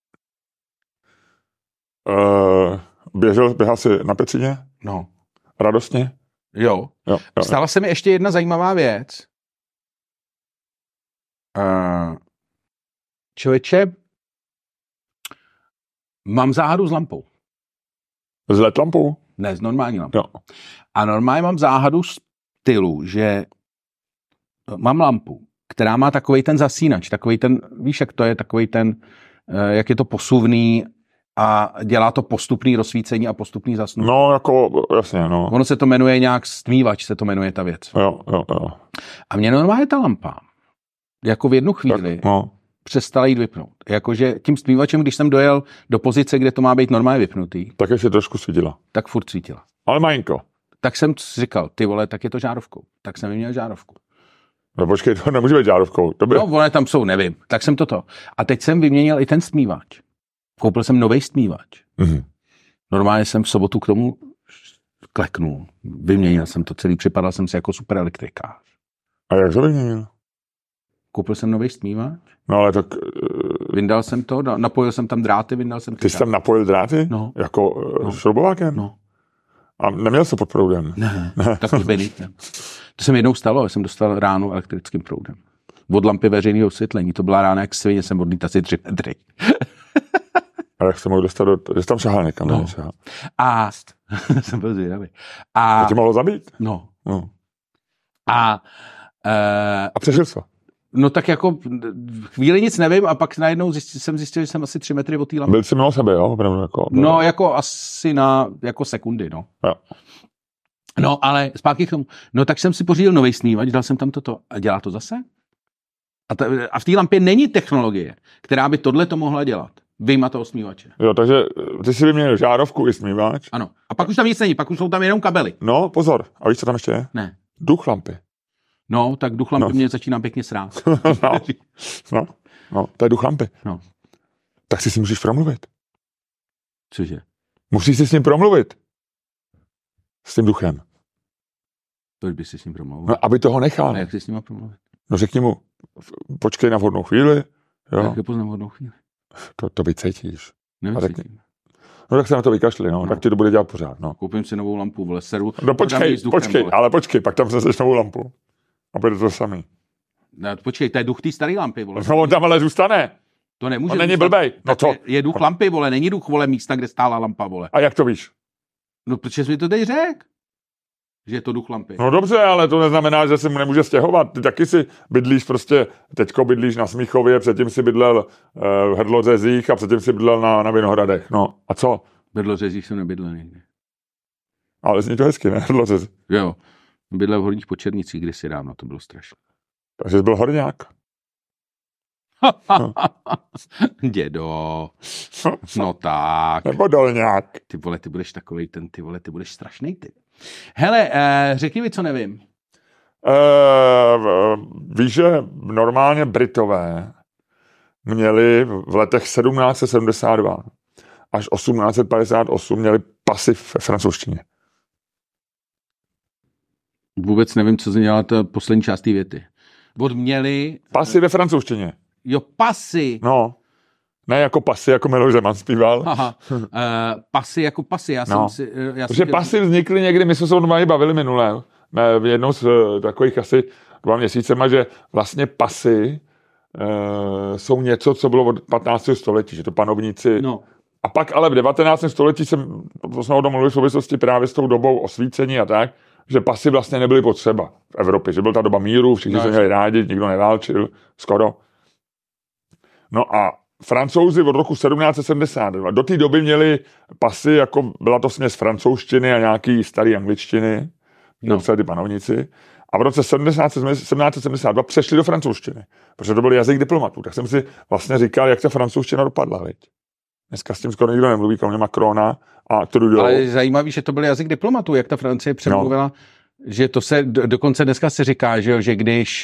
Běhal jsi na Pecině? No. Radostně? Jo. Stala se mi ještě jedna zajímavá věc. Člověče, mám záhadu s lampou. S LED lampou? Ne, s normální lampou. Jo. A normálně mám záhadu stylu, že mám lampu, která má takovej ten zasínač, takovej ten, víš, jak to je, takovej ten, jak je to posuvný a dělá to postupný rozsvícení a postupný zasnutí. No, jako, jasně, no. Ono se to jmenuje nějak stmívač, se to jmenuje ta věc. Jo. A mě normálně ta lampa, jako v jednu chvíli, přestala jít vypnout. Jakože tím stmívačem, když jsem dojel do pozice, kde to má být normálně vypnutý, Tak ještě trošku svítila. tak furt svítila. Ale malinko. Tak jsem si říkal, ty vole, tak je to žárovkou. Tak jsem vyměnil žárovku. No počkej, to nemůže být žárovkou. To by... No, vole, tam jsou, nevím. Tak jsem toto. A teď jsem vyměnil i ten stmívač. Koupil jsem nový stmívač. Mhm. Normálně jsem v sobotu k tomu kleknul. Vyměnil jsem to celý, připadal jsem si jako super elektrikář. A jak to vyměnil? Koupil jsem nový stmívač, No ale tak... vyndal jsem to, napojil jsem tam dráty, vyndal jsem Ty jsi tam napojil dráty? No. Jako No. šroubovákem? No, A neměl jsi pod proudem? ne, tak to by ne. To se mi jednou stalo, že jsem dostal ránu elektrickým proudem. Od lampy veřejného osvětlení, to byla rána jak svině, jsem odlít asi 3 metry. A jak se mohl dostat do... Jsi tam šahal někam? No. Ne? A jsem byl zvědavý. A To tě mohlo zabít? no. No. A A přežil jsi. no tak jako chvíli nic nevím a pak najednou jsem zjistil, že jsem asi 3 metry od té lampy. Byl jsi mimo sebe, jo? Opravdu jako... No jako asi na jako sekundy, no. Jo. No ale zpátky k tomu. No tak jsem si pořídil nový snímač, dal jsem tam toto a dělá to zase? A v té lampě není technologie, která by tohle to mohla dělat. Vyjma toho smívače. Jo, takže ty si vyměnil žárovku i smívač. Ano. A pak už tam nic není, pak už jsou tam jenom kabely. No, pozor. A víš, co tam ještě je? Ne. Duch lampy. No, tak duch lampy No. mě začíná pěkně srát. No, to je duch lampy. No. Tak si můžeš promluvit. Cože? Musíš si s ním promluvit. S tím duchem. Proč by si s ním promluvil? No, aby toho nechal. A jak si s ním promluvit? No řekni mu, počkej na vhodnou chvíli. Jo. Jak je poznám hodnou chvíli? To vycítíš. Nevím, A co řekni. tím. No tak se na to vykašli, no. No. Tak ti to bude dělat pořád, no. Koupím si novou lampu, vole, seru. No počkej, vole. ale počkej, pak tam zneseš novou lampu. A bude to samý. Ne, počkej, to je duch té staré lampy, vole. No on tam ale zůstane. To nemůže. On není zůstat. blbej. No Tak co? je duch lampy, vole, není duch, vole, místa, kde stála lampa, vole. A jak to víš? No, protože jsi mi to teď řekl, že je to duch lampy. No dobře, ale to neznamená, že se mu nemůže stěhovat. Ty taky si bydlíš prostě, teďko bydlíš na Smíchově, předtím si bydlel v Hrdlořezích a předtím si bydlel na Vinohradech. No a co? Bydlořezích jsem nebydlel někdy. Ale zní to hezky, ne? Hrdlořez. Jo, bydlel v Horních Počernicích kdysi dávno, to bylo strašné. Takže jsi byl horňák. Dědo, no tak. Nebo dolňák. Ty vole, ty budeš takovej ten, ty vole, ty budeš strašnej ty. Hele, řekni mi, co nevím. Víš, že normálně Britové měli v letech 1772 až 1858 měli pasy ve francouzštině. Vůbec nevím, co dělala ta poslední část té věty. Odměli... Pasy ve francouzštině. Jo, pasy. No. Ne jako pasy, jako Miloš Zeman zpíval. Aha. Pasy jako pasy. Já jsem No. si... Protože pasy vznikly někdy, my jsme se o tom bavili minule, v jednou z takových asi 2 měsícema, že vlastně pasy jsou něco, co bylo od 15. století, že to panovníci... No. A pak ale v 19. století jsme o tom mluvili v souvislosti právě s tou dobou osvícení a tak, že pasy vlastně nebyly potřeba v Evropě, že byla ta doba míru, všichni se měli rádi, nikdo neválčil, skoro. No a Francouzi od roku 1772, do té doby měli pasy, jako byla to směs francouzštiny a nějaký starý angličtiny, ty panovníci. A v roce 1772 přešli do francouzštiny, protože to byl jazyk diplomatů. Tak jsem si vlastně říkal, jak ta francouzština dopadla, viď? Dneska s tím skoro nikdo nemluví, kromě Macrona a Trudeau. Ale je zajímavý, že to byl jazyk diplomatů, jak ta Francie přemluvila, že to se, dokonce dneska se říká, že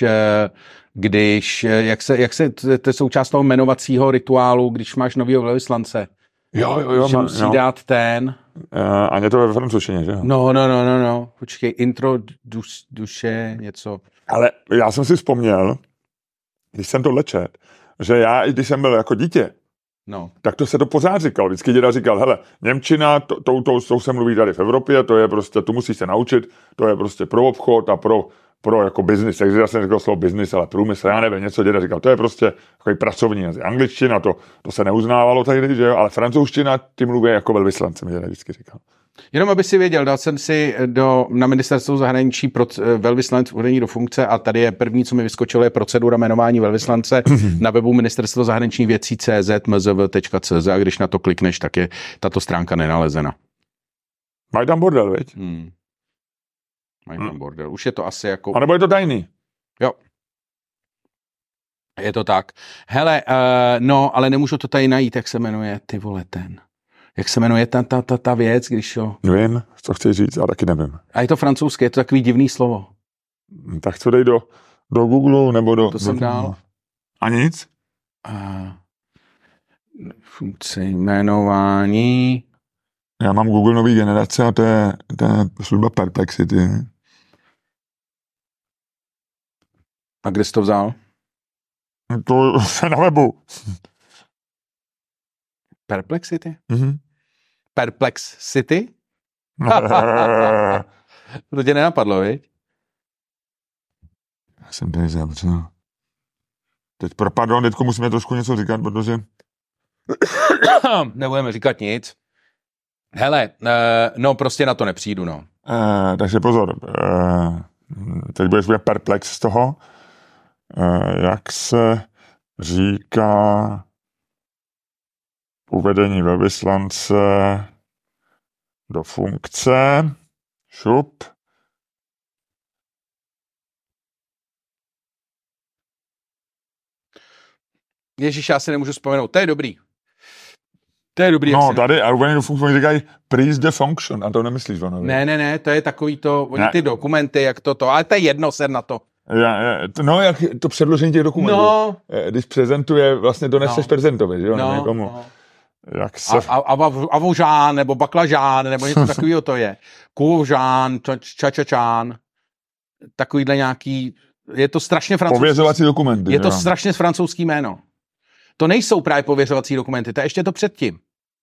když jak se, to je součást toho jmenovacího rituálu, když máš novýho velvyslance, že musí dát ten... A je to ve francouzštině, že jo? No, počkej, duše, něco. Ale já jsem si vzpomněl, když jsem to četl, že já, i když jsem byl jako dítě, tak to se to pořád říkal. Vždycky děda říkal, hele, němčina, tou se mluví tady v Evropě, to je prostě, tu musíš se naučit, to je prostě pro obchod a pro jako biznis. Takže já jsem říkal slovo biznis, ale průmysl, já nevím, něco děda říkal, to je prostě takový pracovní jazyk. Angličtina, to se neuznávalo tady, že jo, ale francouzština, ty mluví jako velvyslanci, mi děda vždycky říkal. Jenom aby si věděl, dal jsem si na ministerstvo zahraničí velvyslanec uvedení do funkce a tady je první, co mi vyskočilo, je procedura jmenování velvyslance na webu ministerstvo zahraničních věcí CZ mzv.cz a když na to klikneš, tak je tato stránka nenalezena. Mají tam bordel, viď? Mají tam bordel. Už je to asi jako... A nebo je to tajný? Jo. Je to tak. Hele, no, ale nemůžu to tady najít, jak se jmenuje, ty vole, ten. Jak se jmenuje ta věc, když jo... Nevím, co chci říct, já taky nevím. A je to francouzské, je to takový divný slovo. Tak co dej do Google nebo do... To jsem dal. A nic? Funkce jmenování... Já mám Google nový generace a to je služba Perplexity. A kde jsi to vzal? To se na webu. Perplexity? Mhm. Perplex City? To tě nenapadlo, viď? Já jsem tady zavřel. Pardon, teďko musíme trošku něco říkat, protože... Nebudeme říkat nic. Hele, no prostě na to nepřijdu, no. Takže pozor. Teď budeš perplex z toho, jak se říká uvedení velvyslance do funkce. Šup. Ježíš, já si nemůžu vzpomenout. To je dobrý. To je dobrý. No, tady a uvedení do funkce oni říkají please the function. A to nemyslíš, ono? Ne, to je takový to, oni ty dokumenty, jak to, ale to je jedno, ser na to. No, jak to předložení těch dokumentů. No. Když prezentuje, vlastně doneseš prezentovi, že jo? No. Jak se... Avožán, nebo baklažán, nebo něco takového to je. Kůžán, čačačán. Takovýhle nějaký, je to strašně francouzský. Pověřovací dokumenty. Je to strašně francouzský jméno. To nejsou právě pověřovací dokumenty, to je ještě to předtím.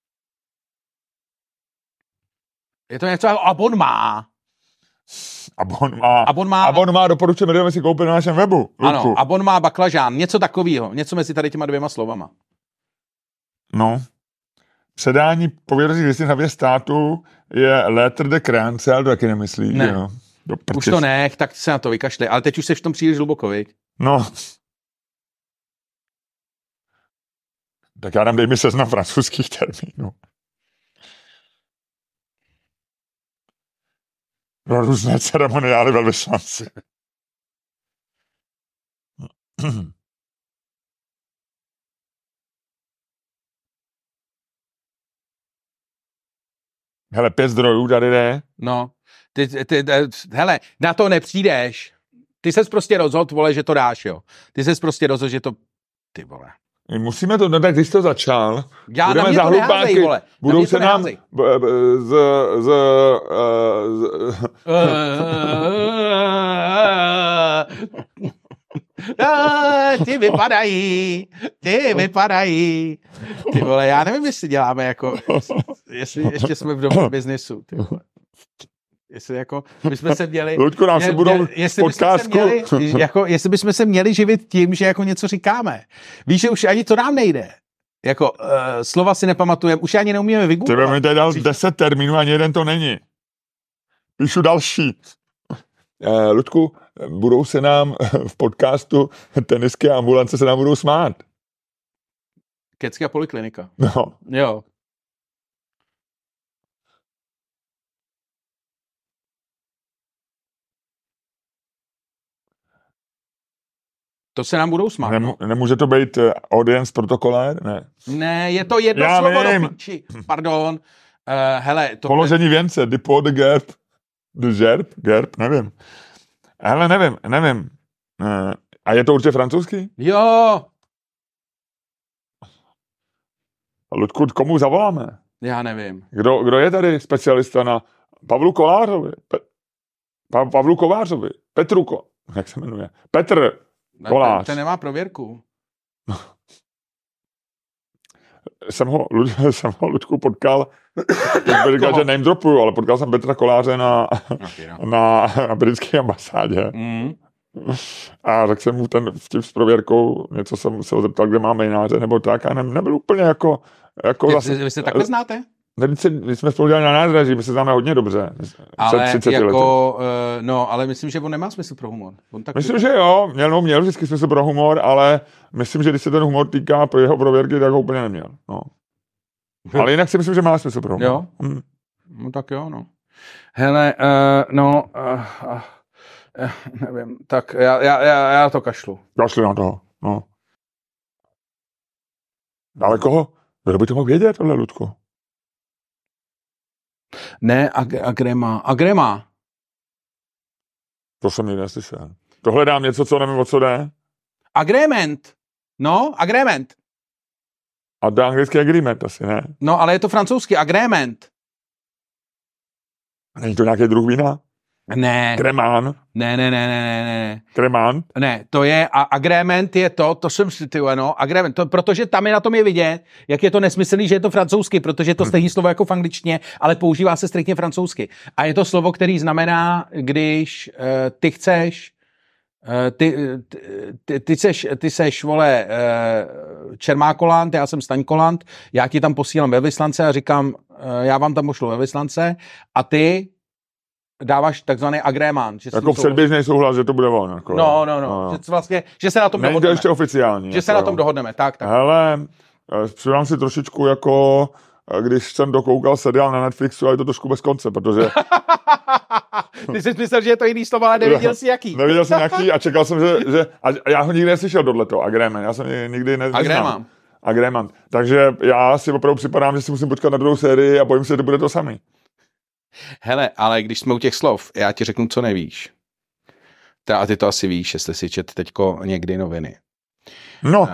Je to něco jako abonnement, doporučujeme, jdeme si koupit na našem webu. Ludku. Ano, abonnement baklažán, něco takového, něco mezi tady těma dvěma slovama. No. Předání pověřovacích listin hlavě státu je lettre de créance, ale to taky nemyslí. Ne. Jo. Už to nech, tak se na to vykašli, ale teď už seš v tom příliš hluboko, viď? No. Tak já dám, dej mi seznam francouzských termínů. Pro různé ceremoniály velvyslanci. Hele, 5 zdrojů tady jde. No, hele, na to nepřijdeš. Ty ses prostě rozhodl, vole, že to dáš, jo. Ty ses prostě rozhodl, že to, ty vole. Musíme to, no tak když to začal, já budeme za hlupáky, budou se nám ty vypadají. Ty vole, já nevím, jestli děláme jako, jestli ještě jsme v dobrém biznesu, ty vole. Jestli jako, my jsme se měli... Luďko, nám se budou podcastku. Jestli bychom se měli živit tím, že jako něco říkáme. Víš, že už ani to nám nejde. Jako slova si nepamatujeme, už ani neumíme vygooglovat. Ty mi tady dal 10 termínů, ani jeden to není. Píšu další. Luďku, budou se nám v podcastu tenisky a ambulance se nám budou smát. Kecky a poliklinika. No. Jo. To se nám budou smát. Nemůže to být audience protokolér? Ne. Ne, je to jedno slovo do píči. Pardon. Hele, to... Položení věnce, depot de gerb. De gerb, nevím. Hele, nevím. A je to určitě francouzský? Jo. Ludku, komu zavoláme? Já nevím. Kdo je tady specialista na Pavlu Kolářovi? Pavlu Kovářovi? Jak se jmenuje? Petr Kolář. Ten nemá prověrku. Jsem ho Ludku potkal, bych říkal, že name dropuju, ale potkal jsem Petra Koláře na britské ambasádě. Mm. A tak jsem mu ten vtip s prověrkou, něco jsem se ho zeptal, kde má mejnáře, nebo tak, a nebyl úplně jako vy se takhle znáte? Když jsme spolu dělali na nádraží, my se známe hodně dobře. Ale jako, no, ale myslím, že on nemá smysl pro humor. Myslím, že jo, měl vždycky smysl pro humor, ale myslím, že když se ten humor týká pro jeho prověrky, tak ho úplně neměl. No. Ale jinak si myslím, že má smysl pro humor. Jo? No tak jo, no. Hele, nevím, tak já to kašlu. Kašli na toho, no. Ale koho? Kdo by to mohl vědět, tohle, Ludku? Ne, agrema. To jsem nikdy neslyšel. To hledám něco, co nevím, o co jde. Agreement. No, agreement. A to je anglický agreement asi, ne? No, ale je to francouzský agreement. Není to nějaký druh vína? Ne. Kremán? Ne. Kremán? Ne, to je, a agreement je to jsem si, agreement, protože tam je na tom je vidět, jak je to nesmyslný, že je to francouzsky, protože je to stejné slovo jako v angličtině, ale používá se striktně francouzsky. A je to slovo, který znamená, když ty chceš, ty seš, vole, Čermákolant, já jsem Staňkolant, já ti tam posílám ve vyslance a říkám, já vám tam pošlu ve vyslance a ty dáváš takzvaný agrémán. Jako předběžný souhlas, že to bude on. Jako, no. Že, vlastně, že se na tom dohodneme. Není to ještě oficiální. Že se na tom dohodneme, tak. Hele, přidám si trošičku jako, když jsem dokoukal seriál na Netflixu, ale je to trošku bez konce, protože... Ty jsi myslel, že je to jiný slovo, ale neviděl jsi jaký. Neviděl jsem jaký a čekal jsem, že a já ho nikdy neslyšel tohleto, agrément. Já jsem nikdy neznal. Agrément. Takže já si opravdu připadám, že si musím počkat na druhou sérii a bojím se, že to bude to samý. Hele, ale když jsme u těch slov, já ti řeknu, co nevíš. A ty to asi víš, jestli si čet teďko někdy noviny. No.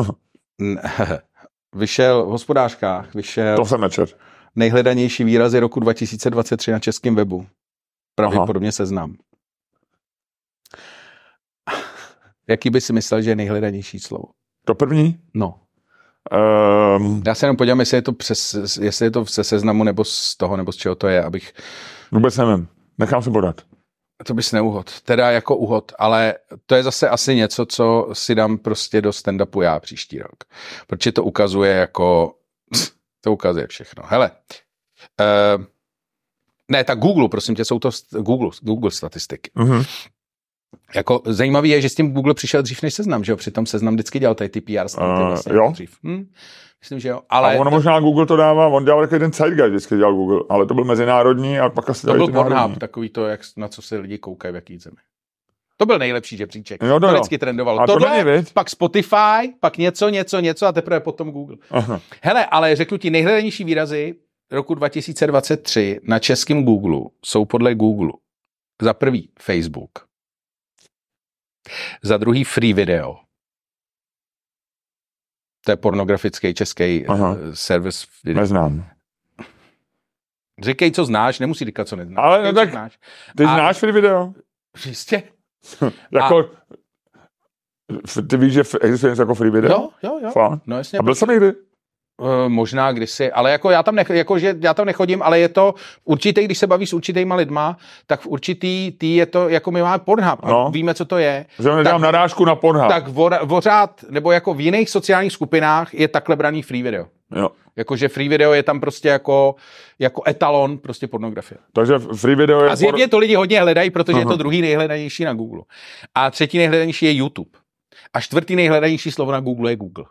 Vyšel v Hospodářkách, to jsem nečet. Nejhledanější výrazy roku 2023 na českém webu. Pravděpodobně Seznam. Jaký by si myslel, že je nejhledanější slovo? To první? No. Já se jenom podívám, jestli je to se Seznamu, nebo z toho, nebo z čeho to je, abych... Vůbec nevím. Nechám se podat. To bys neuhod. Teda jako uhod, ale to je zase asi něco, co si dám prostě do stand-upu já příští rok. Protože to ukazuje jako... To ukazuje všechno. Hele. Ne, tak Google, prosím tě, jsou to Google statistiky. Mm-hmm. Jako zajímavý je, že s tím Google přišel dřív než Seznam, že jo? Přitom Seznam vždycky dělal tady ty PR stinty vlastně dřív. Myslím, že jo. Ale a ono možná Google to dává, on dělal takový ten Zeitgeist, vždycky dělal Google, ale to byl mezinárodní a pak asi to byl Pornhub, takový to, jak, na co se lidi koukají v jaký zemi. To byl nejlepší žebříček. To vždycky trendovalo. Tohle, pak Spotify, pak něco a teprve potom Google. Aha. Hele, ale řeknu ti, nejhledanější výrazy roku 2023 na českém Google jsou podle Google za prvý Facebook, za druhý Free Video. To je pornografický český servis. Neznám. Říkej, co znáš, nemusí říkat, co neznáš. Ale no tak, znáš. Ty znáš Free Video? Jistě. Jako, ty víš, že existuje něco jako Free Video? Jo. Fakt? No, jasně. A byl jsem někdy? Možná kdysi, ale jako já tam nechodím, ale je to určitý, když se bavíš s určitýma lidma, tak v určitý je to, jako my máme Pornhub a víme, co to je. Že nedám narážku na Pornhub. Tak vořád, nebo jako v jiných sociálních skupinách je takhle braný Free Video. Jo. Jakože Free Video je tam prostě jako etalon prostě pornografie. Takže Free Video je... A zjevně to lidi hodně hledají, protože je to druhý nejhledanější na Google. A třetí nejhledanější je YouTube. A čtvrtý nejhledanější slovo na Google je Google.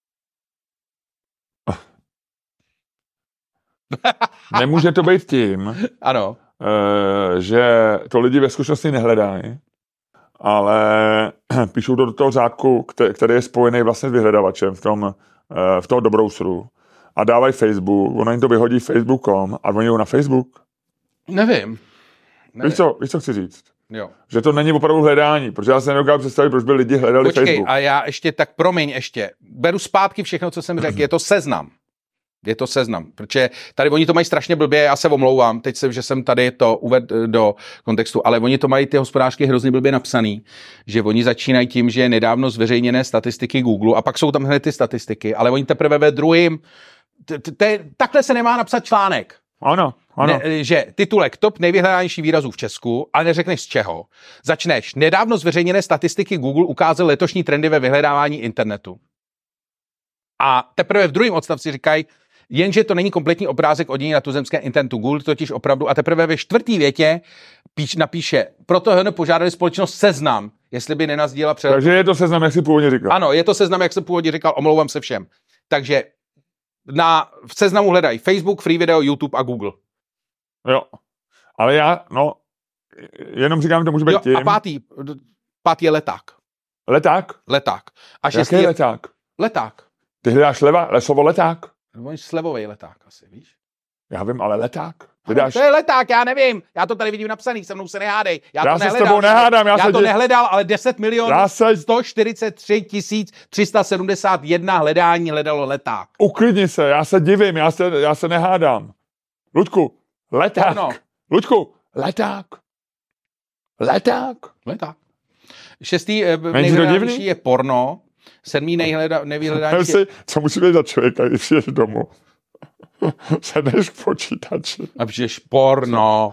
Nemůže to být tím, ano. Že to lidi ve skutečnosti nehledají, ale píšou to do toho řádku, který je spojený vlastně s vyhledavačem v tom dobrousru a dávají Facebook, ono jim to vyhodí Facebook.com a oni jdou na Facebook. Nevím. Víš, co chci říct? Jo. Že to není opravdu hledání, protože já se nedokážu představit, proč by lidi hledali Facebook. A já ještě beru zpátky všechno, co jsem řekl, je to Seznam. Je to Seznam, protože tady oni to mají strašně blbě, já se omlouvám, teď že jsem tady to uvedl do kontextu, ale oni to mají ty hospodářky hrozně blbě napsaný, že oni začínají tím, že je nedávno zveřejněné statistiky Google a pak jsou tam hned ty statistiky, ale oni teprve ve druhým, takhle se nemá napsat článek. Ano. Že titulek top nejvyhledanějších výrazů v Česku, ale neřekneš z čeho. Začneš, nedávno zveřejněné statistiky Google ukázaly letošní trendy ve vyhledávání internetu. A teprve v druhém odstavci říkají, jenže to není kompletní obrázek o dění na tuzemském internetu. Google totiž opravdu, a teprve ve čtvrtý větě napíše, proto požádali společnost Seznam, jestli by nenazdílela před... Takže je to Seznam, jak jsi původně říkal. Ano, je to Seznam, jak jsem původně říkal, omlouvám se všem. Takže v Seznamu hledají Facebook, Free Video, YouTube a Google. Jo, ale jenom říkám, že to může být tím. A pátý je leták. Leták? Leták. A jaký leták? Leták. Ty hledáš slovo leták? Nebo slevový leták asi, víš? Já vím, ale leták. To je leták, já nevím. Já to tady vidím napsaný, se mnou se nehádej. Já se s tebou nehádám. Já to nehledal, ale 10 milionů 143 371 hledání hledalo leták. Uklidni se, já se divím, já se nehádám. Luďku, leták. No. Luďku, leták. Šestý nejhledanější je porno. 7. nejvyhledanější. Co musí být za člověka, když přijdeš domů? Sedneš k počítači. A píšeš porno.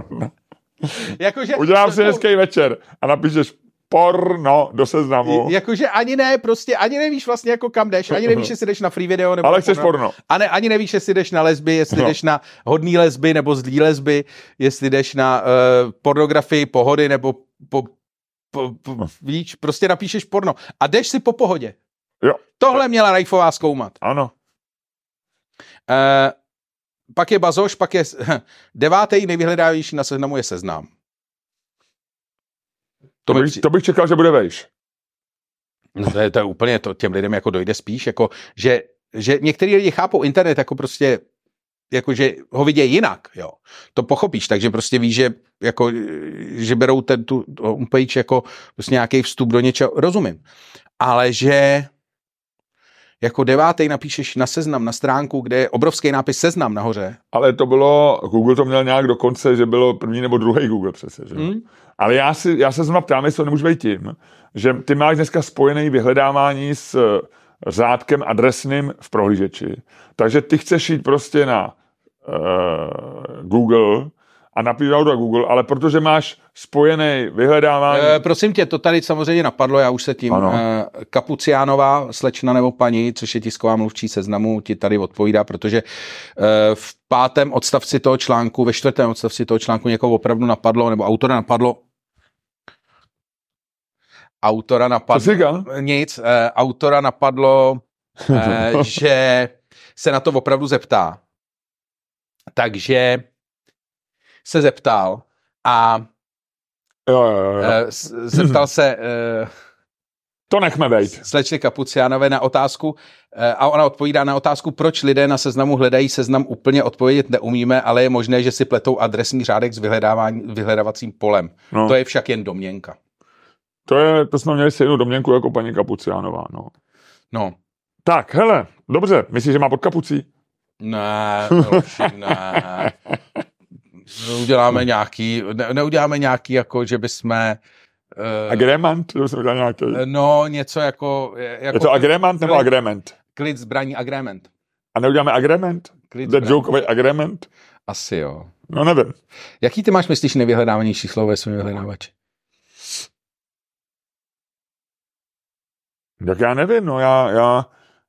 Udělám si hezký večer a napíšeš porno do seznamu. Jakože ani nevíš vlastně jako kam jdeš, ani nevíš, jestli jdeš na free video nebo ale chceš porno. Ani nevíš, jestli jdeš na lesby, jestli jdeš na hodný lesby nebo zlý lesby, jestli jdeš na pornografii pohody nebo víš, prostě napíšeš porno a jdeš si po pohodě. Jo. Tohle měla Rajfová zkoumat. Ano. Pak je Bazoš, pak je 9. nejvyhledávější na seznamu je Seznam. To bych čekal, že bude vejš. No to je úplně, to těm lidem jako dojde spíš, jako, že některý lidi chápou internet jako prostě, jako že ho vidějí jinak, jo. To pochopíš, takže prostě víš, že berou tu homepage jako prostě nějaký vstup do něčeho, rozumím. Ale že jako 9. napíšeš na Seznam, na stránku, kde je obrovský nápis Seznam nahoře. Ale to bylo, Google to měl nějak dokonce, že bylo první nebo druhý Google přece, že? Ale já se znovu ptám, jestli to nemůže být tím, že ty máš dneska spojený vyhledávání s řádkem adresným v prohlížeči. Takže ty chceš jít prostě na Google a napíšou do Google, ale protože máš spojený vyhledávání... Prosím tě, to tady samozřejmě napadlo, já už se tím... Kapuciánová slečna nebo paní, což je tisková mluvčí Seznamu, ti tady odpovídá, protože v 5. odstavci toho článku, ve 4. odstavci toho článku někoho opravdu napadlo, nebo autora napadlo... Autora napadlo, že se na to opravdu zeptá. Takže se zeptal a zeptal se to nechme vejít. Slečny Kapuciánové na otázku a ona odpovídá na otázku, proč lidé na Seznamu hledají Seznam, úplně odpovědět neumíme, ale je možné, že si pletou adresní řádek s vyhledávacím polem. No. To je však jen domněnka. To jsme měli stejnou domněnku jako paní Kapuciánová, no. Tak, hele, dobře, myslíš, že má pod kapucí? Ne. Neuděláme nějaký, jako, že bychom... Agreement? Že bychom udělali nějaký... No, něco jako... Je to agreement nebo agreement? Klid zbraní agreement. A neuděláme agreement? The joke agreement? Asi jo. No, nevím. Jaký ty máš, myslíš, nevyhledávanější slovo ve svém vyhledávači? Tak já nevím, no já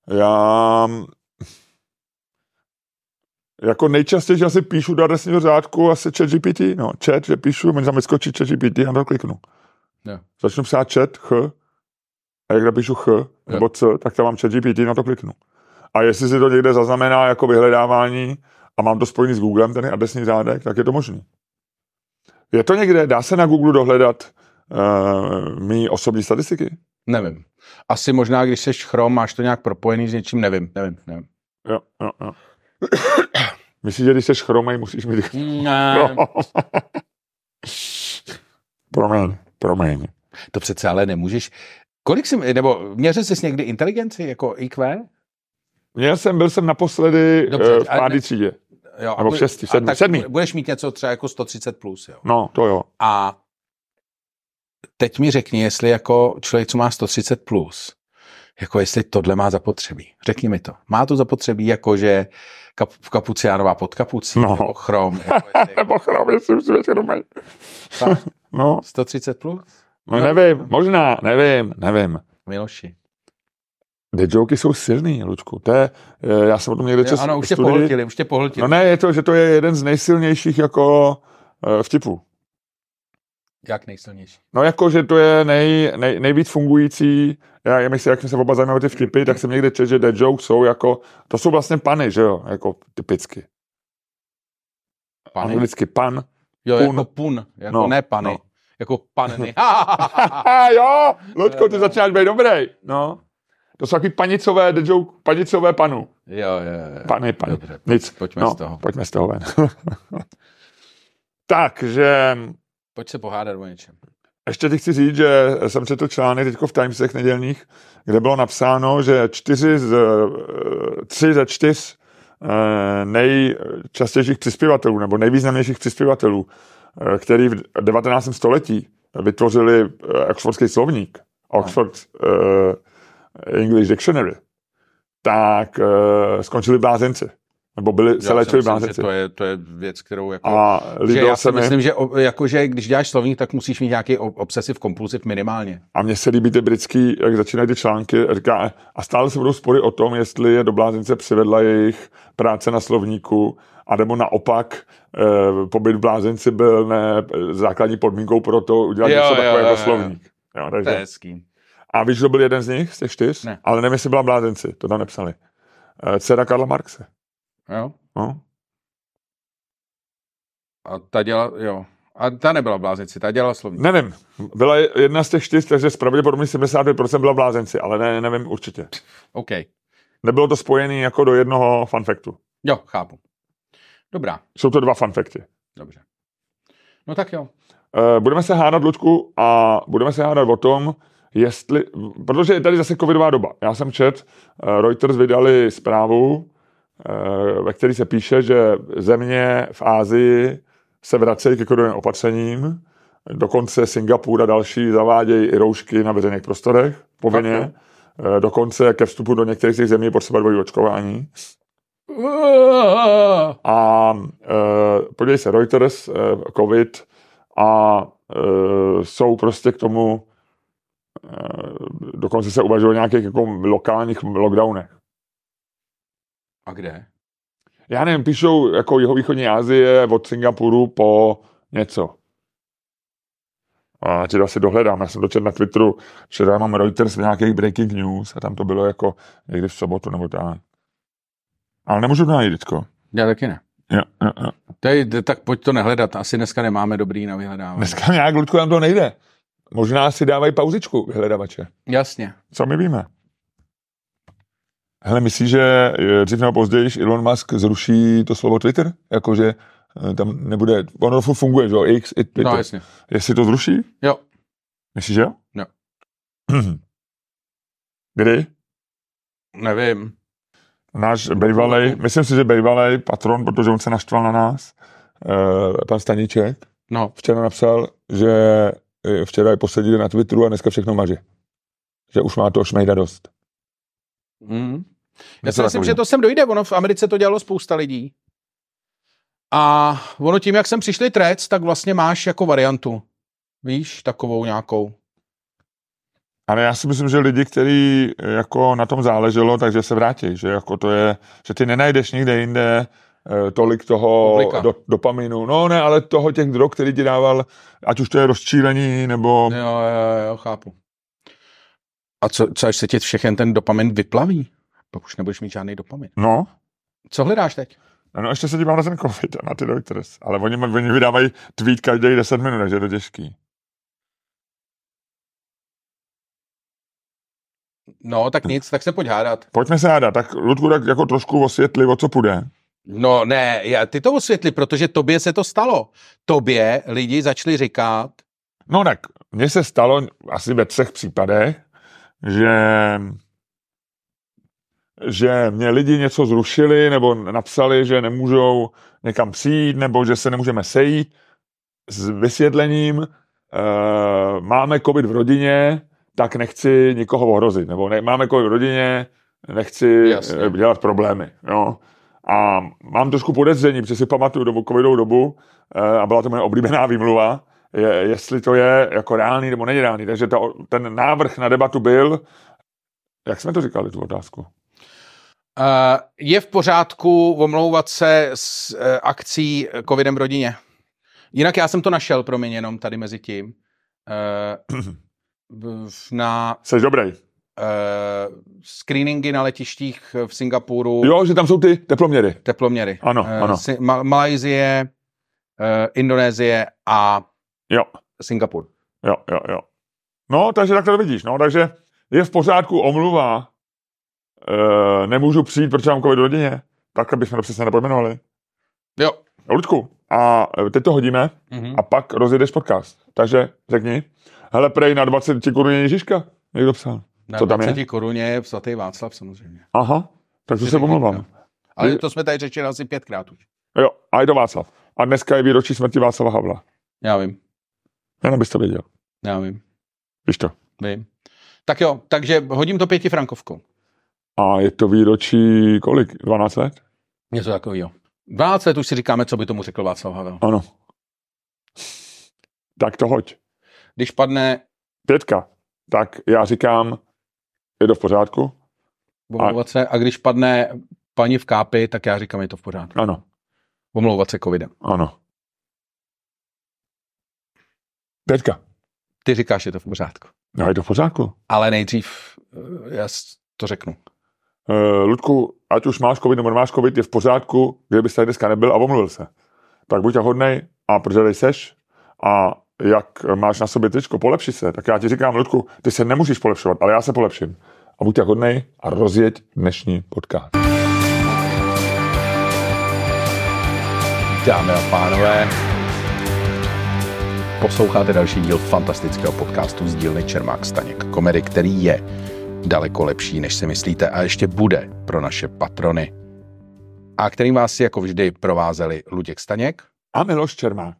jako nejčastěji, že asi píšu do adresního řádku asi ChatGPT, chat, že píšu, můžu tam vyskočit ChatGPT a to kliknu. Yeah. Začnu psát chat, a jak napíšu nebo c, tak tam mám ChatGPT, na to kliknu. A jestli si to někde zaznamená jako vyhledávání a mám to spojený s Googlem, ten adresní řádek, tak je to možný. Je to někde, dá se na Google dohledat mý osobní statistiky? Nevím. Asi možná, když seš Chrome, máš to nějak propojený s něčím, nevím. Jo. Myslíš, že když seš Chrome, musíš mít... Ne. Promiň. To přece ale nemůžeš... měřil jsi někdy inteligenci, jako IQ? Byl jsem naposledy v 5. třídě. Jo, nebo v 6, 7. Budeš mít něco třeba jako 130 plus, jo? No, to jo. A teď mi řekni, jestli jako člověk, co má 130 plus, jako jestli tohle má zapotřebí. Řekni mi to. Má to zapotřebí, jako že Kapuciánová pod kapucí, nebo Chrom. Nebo Chrom, jestli musím vědět domej. No. 130 plus? No nevím, možná, nevím. Miloši. The joky jsou silný, Lučku. To je, já jsem o tom někde čas... Ano, už tě pohltili. No ne, je to, že to je jeden z nejsilnějších jako vtipů. Jak nejsilnější? No jako, že to je nejvíc fungující, já myslím, jak jsme se oba zajímali ty vtipy, tak jsem někde četl, že the jokes jsou jako, to jsou vlastně pany, že jo, jako typicky. Pany? Anglicky pan. Jo, pun. Jako pun, jako ne pany. No. Jako panny. Jo, Luďko, ty začínáš být dobrý. No. To jsou taky panicové panu. Jo. Pany. Dobře, Nic. Pojďme z toho. Pojďme z toho ven. Takže... Pojď se pohádat o něčem. Ještě ti chci říct, že jsem četl článek teďko v Timesech nedělních, kde bylo napsáno, že 3 ze 4 nejčastějších přispěvatelů nebo nejvýznamnějších přispěvatelů, který v 19. století vytvořili oxfordský slovník, Oxford English Dictionary, tak skončili blázenci. Nebo se léčili blázenci. To je věc, kterou jako... Já si myslím, že když děláš slovník, tak musíš mít nějaký obsesiv kompulsiv minimálně. A mně se líbí ty britský, jak začínají ty články, a stále se budou spory o tom, jestli je do blázence přivedla jejich práce na slovníku, anebo naopak pobyt v blázenci byl základní podmínkou pro to udělat něco takového slovník. Jo, takže... To je hezký. A víš, kdo byl jeden z nich, z těch 4? Ne. Ale nevím, jestli byla blázenci, to tam nepsali. Dcera Karla Marxe. Jo? No. A ta nebyla blázenci, ta dělala slovník. Nevím, byla jedna z těch 4, takže pravděpodobně 75% byla blázenci, ale nevím určitě. OK. Nebylo to spojené jako do jednoho fun factu. Jo, chápu. Dobrá. Jsou to 2 fun facty. Dobře. No tak jo. Budeme se hádat, Luďku, a budeme se hádat o tom, protože je tady zase covidová doba. Já jsem čet, Reuters vydali zprávu, ve které se píše, že země v Asii se vracejí ke covidovým opatřením, dokonce Singapur a další zavádějí i roušky na veřejných prostorech povinně, dokonce ke vstupu do některých těch zemí potřeba dvojí očkování. A podívej se, Reuters, covid a jsou prostě k tomu dokonce se uvažuje o nějakých jako lokálních lockdownech. A kde? Já nevím, píšou jako jihovýchodní Asie od Singapuru po něco. A ti to asi dohledám. Já jsem to četl na Twitteru, včera mám Reuters v nějakých breaking news a tam to bylo jako někdy v sobotu nebo tak. Ale nemůžu to najít, Dětko. Já taky ne. Jo. Tak pojď to nehledat. Asi dneska nemáme dobrý na vyhledávání. Dneska nějak, Ludku, nám to nejde. Možná si dávají pauzičku vyhledavače. Jasně. Co my víme? Hele, myslíš, že dřív nebo později Elon Musk zruší to slovo Twitter? Jakože tam nebude... Ono funguje, že jo? X i Twitter. No, jasně. Jestli to zruší? Jo. Myslíš, že jo? Jo. Kdy? Nevím. Náš bývalej, myslím si, že bývalej patron, protože on se naštval na nás, pan Staníček, včera napsal, že včera je poslední den na Twitteru a dneska všechno maže. Že už má to šmejda dost. Já si myslím, že to sem dojde. Ono v Americe to dělalo spousta lidí. A ono tím, jak sem přišli Threads, tak vlastně máš jako variantu. Víš, takovou nějakou. Ale já si myslím, že lidi, kteří jako na tom záleželo, takže se vrátí, že jako to je, že ty nenajdeš nikde jinde tolik toho dopaminu. No ne, ale toho těch drog, který ti dával, ať už to je rozčílení, nebo... Jo, chápu. A co až se ti všechen ten dopamin vyplaví? Pak už nebudeš mít žádný dopamin. No. Co hledáš teď? No ještě se dívám na ten covid a na ty Reuters, ale oni vydávají tweet každý 10 minut, takže je to těžký. No, tak nic, tak se pojď hádat. Pojďme se hádat, tak Ludku, tak jako trošku osvětli, o co půjde. No ne, ty to osvětli, protože tobě se to stalo. Tobě lidi začali říkat... No tak, mně se stalo asi ve 3 případech, že mě lidi něco zrušili, nebo napsali, že nemůžou někam přijít, nebo že se nemůžeme sejít s vysvětlením, máme covid v rodině, tak nechci nikoho ohrozit, nebo máme covid v rodině, nechci dělat problémy. Jo. A mám trošku podezření, protože si pamatuju covidovou dobu a byla to moje oblíbená výmluva, jestli to je jako reálný nebo není reálný. Takže ten návrh na debatu byl, jak jsme to říkali, tu otázku? Je v pořádku omlouvat se s akcí covidem v rodině. Jinak já jsem to našel, promiň, jenom tady mezi tím. Jsi dobrý. Screeningy na letištích v Singapuru. Jo, že tam jsou ty teploměry. Ano. Malajsie, Indonésie a Singapur. Jo. No, takže tak to vidíš. No, takže je v pořádku omluva nemůžu přijít, protože mám covid v rodině. Takhle bychom to přesně nepojmenovali. Jo. Ludku, a teď to hodíme a pak rozjedeš podcast. Takže řekni, hele, prej na 20 koruně Ježíška. Někdo psal. Na Co tam 20 je? koruně je svatý Václav samozřejmě. Aha, tak to se pomluvám. Ale to jsme tady řečili asi 5krát už. Jo, a je to Václav. A dneska je výročí smrti Václava Havla. Já vím. Jen bys to věděl. Já vím. Víš to. Vím. Tak jo, takže hodím to 5 frankovkou. A je to výročí kolik? 12 let? Něco takového. 12 let už si říkáme, co by tomu řekl Václav Havel. Ano. Tak to hoď. Když padne 5, tak já říkám, je to v pořádku? omlouvat se, a když padne paní v kápi, tak já říkám, je to v pořádku. Ano. Omlouvat se covidem. Ano. 5. Ty říkáš, je to v pořádku. No, je to v pořádku. Ale nejdřív já to řeknu. Ludku, ať už máš covid nebo nemáš covid, je v pořádku, kdybyste tady dneska nebyl a omluvil se. Tak buď hodnej a protože tady seš a jak máš na sobě tričko, polepši se, tak já ti říkám, Ludku, ty se nemůžeš polepšovat, ale já se polepším. A buď hodnej a rozjeď dnešní podcast. Dámy a pánové, posloucháte další díl fantastického podcastu z dílny Čermák Staněk Komedy, který je daleko lepší, než si myslíte, a ještě bude pro naše patrony. A kterým vás jako vždy provázeli Luděk Staněk a Miloš Čermák.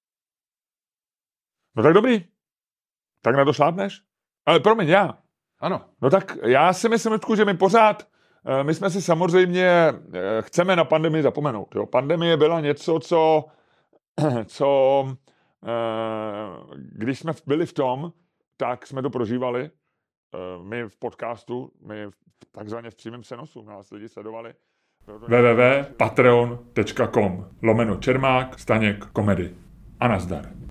No tak dobrý. Tak na to šlápneš? Ale promiň, já. Ano. No tak já si myslím, Ludku, že my jsme si samozřejmě, chceme na pandemii zapomenout. Jo? Pandemie byla něco, co když jsme byli v tom, tak jsme to prožívali. My v podcastu, my takzvaně v přímém přenosu, nás lidi sledovali. www.patreon.com/Čermák Staněk Komedy. A nazdar.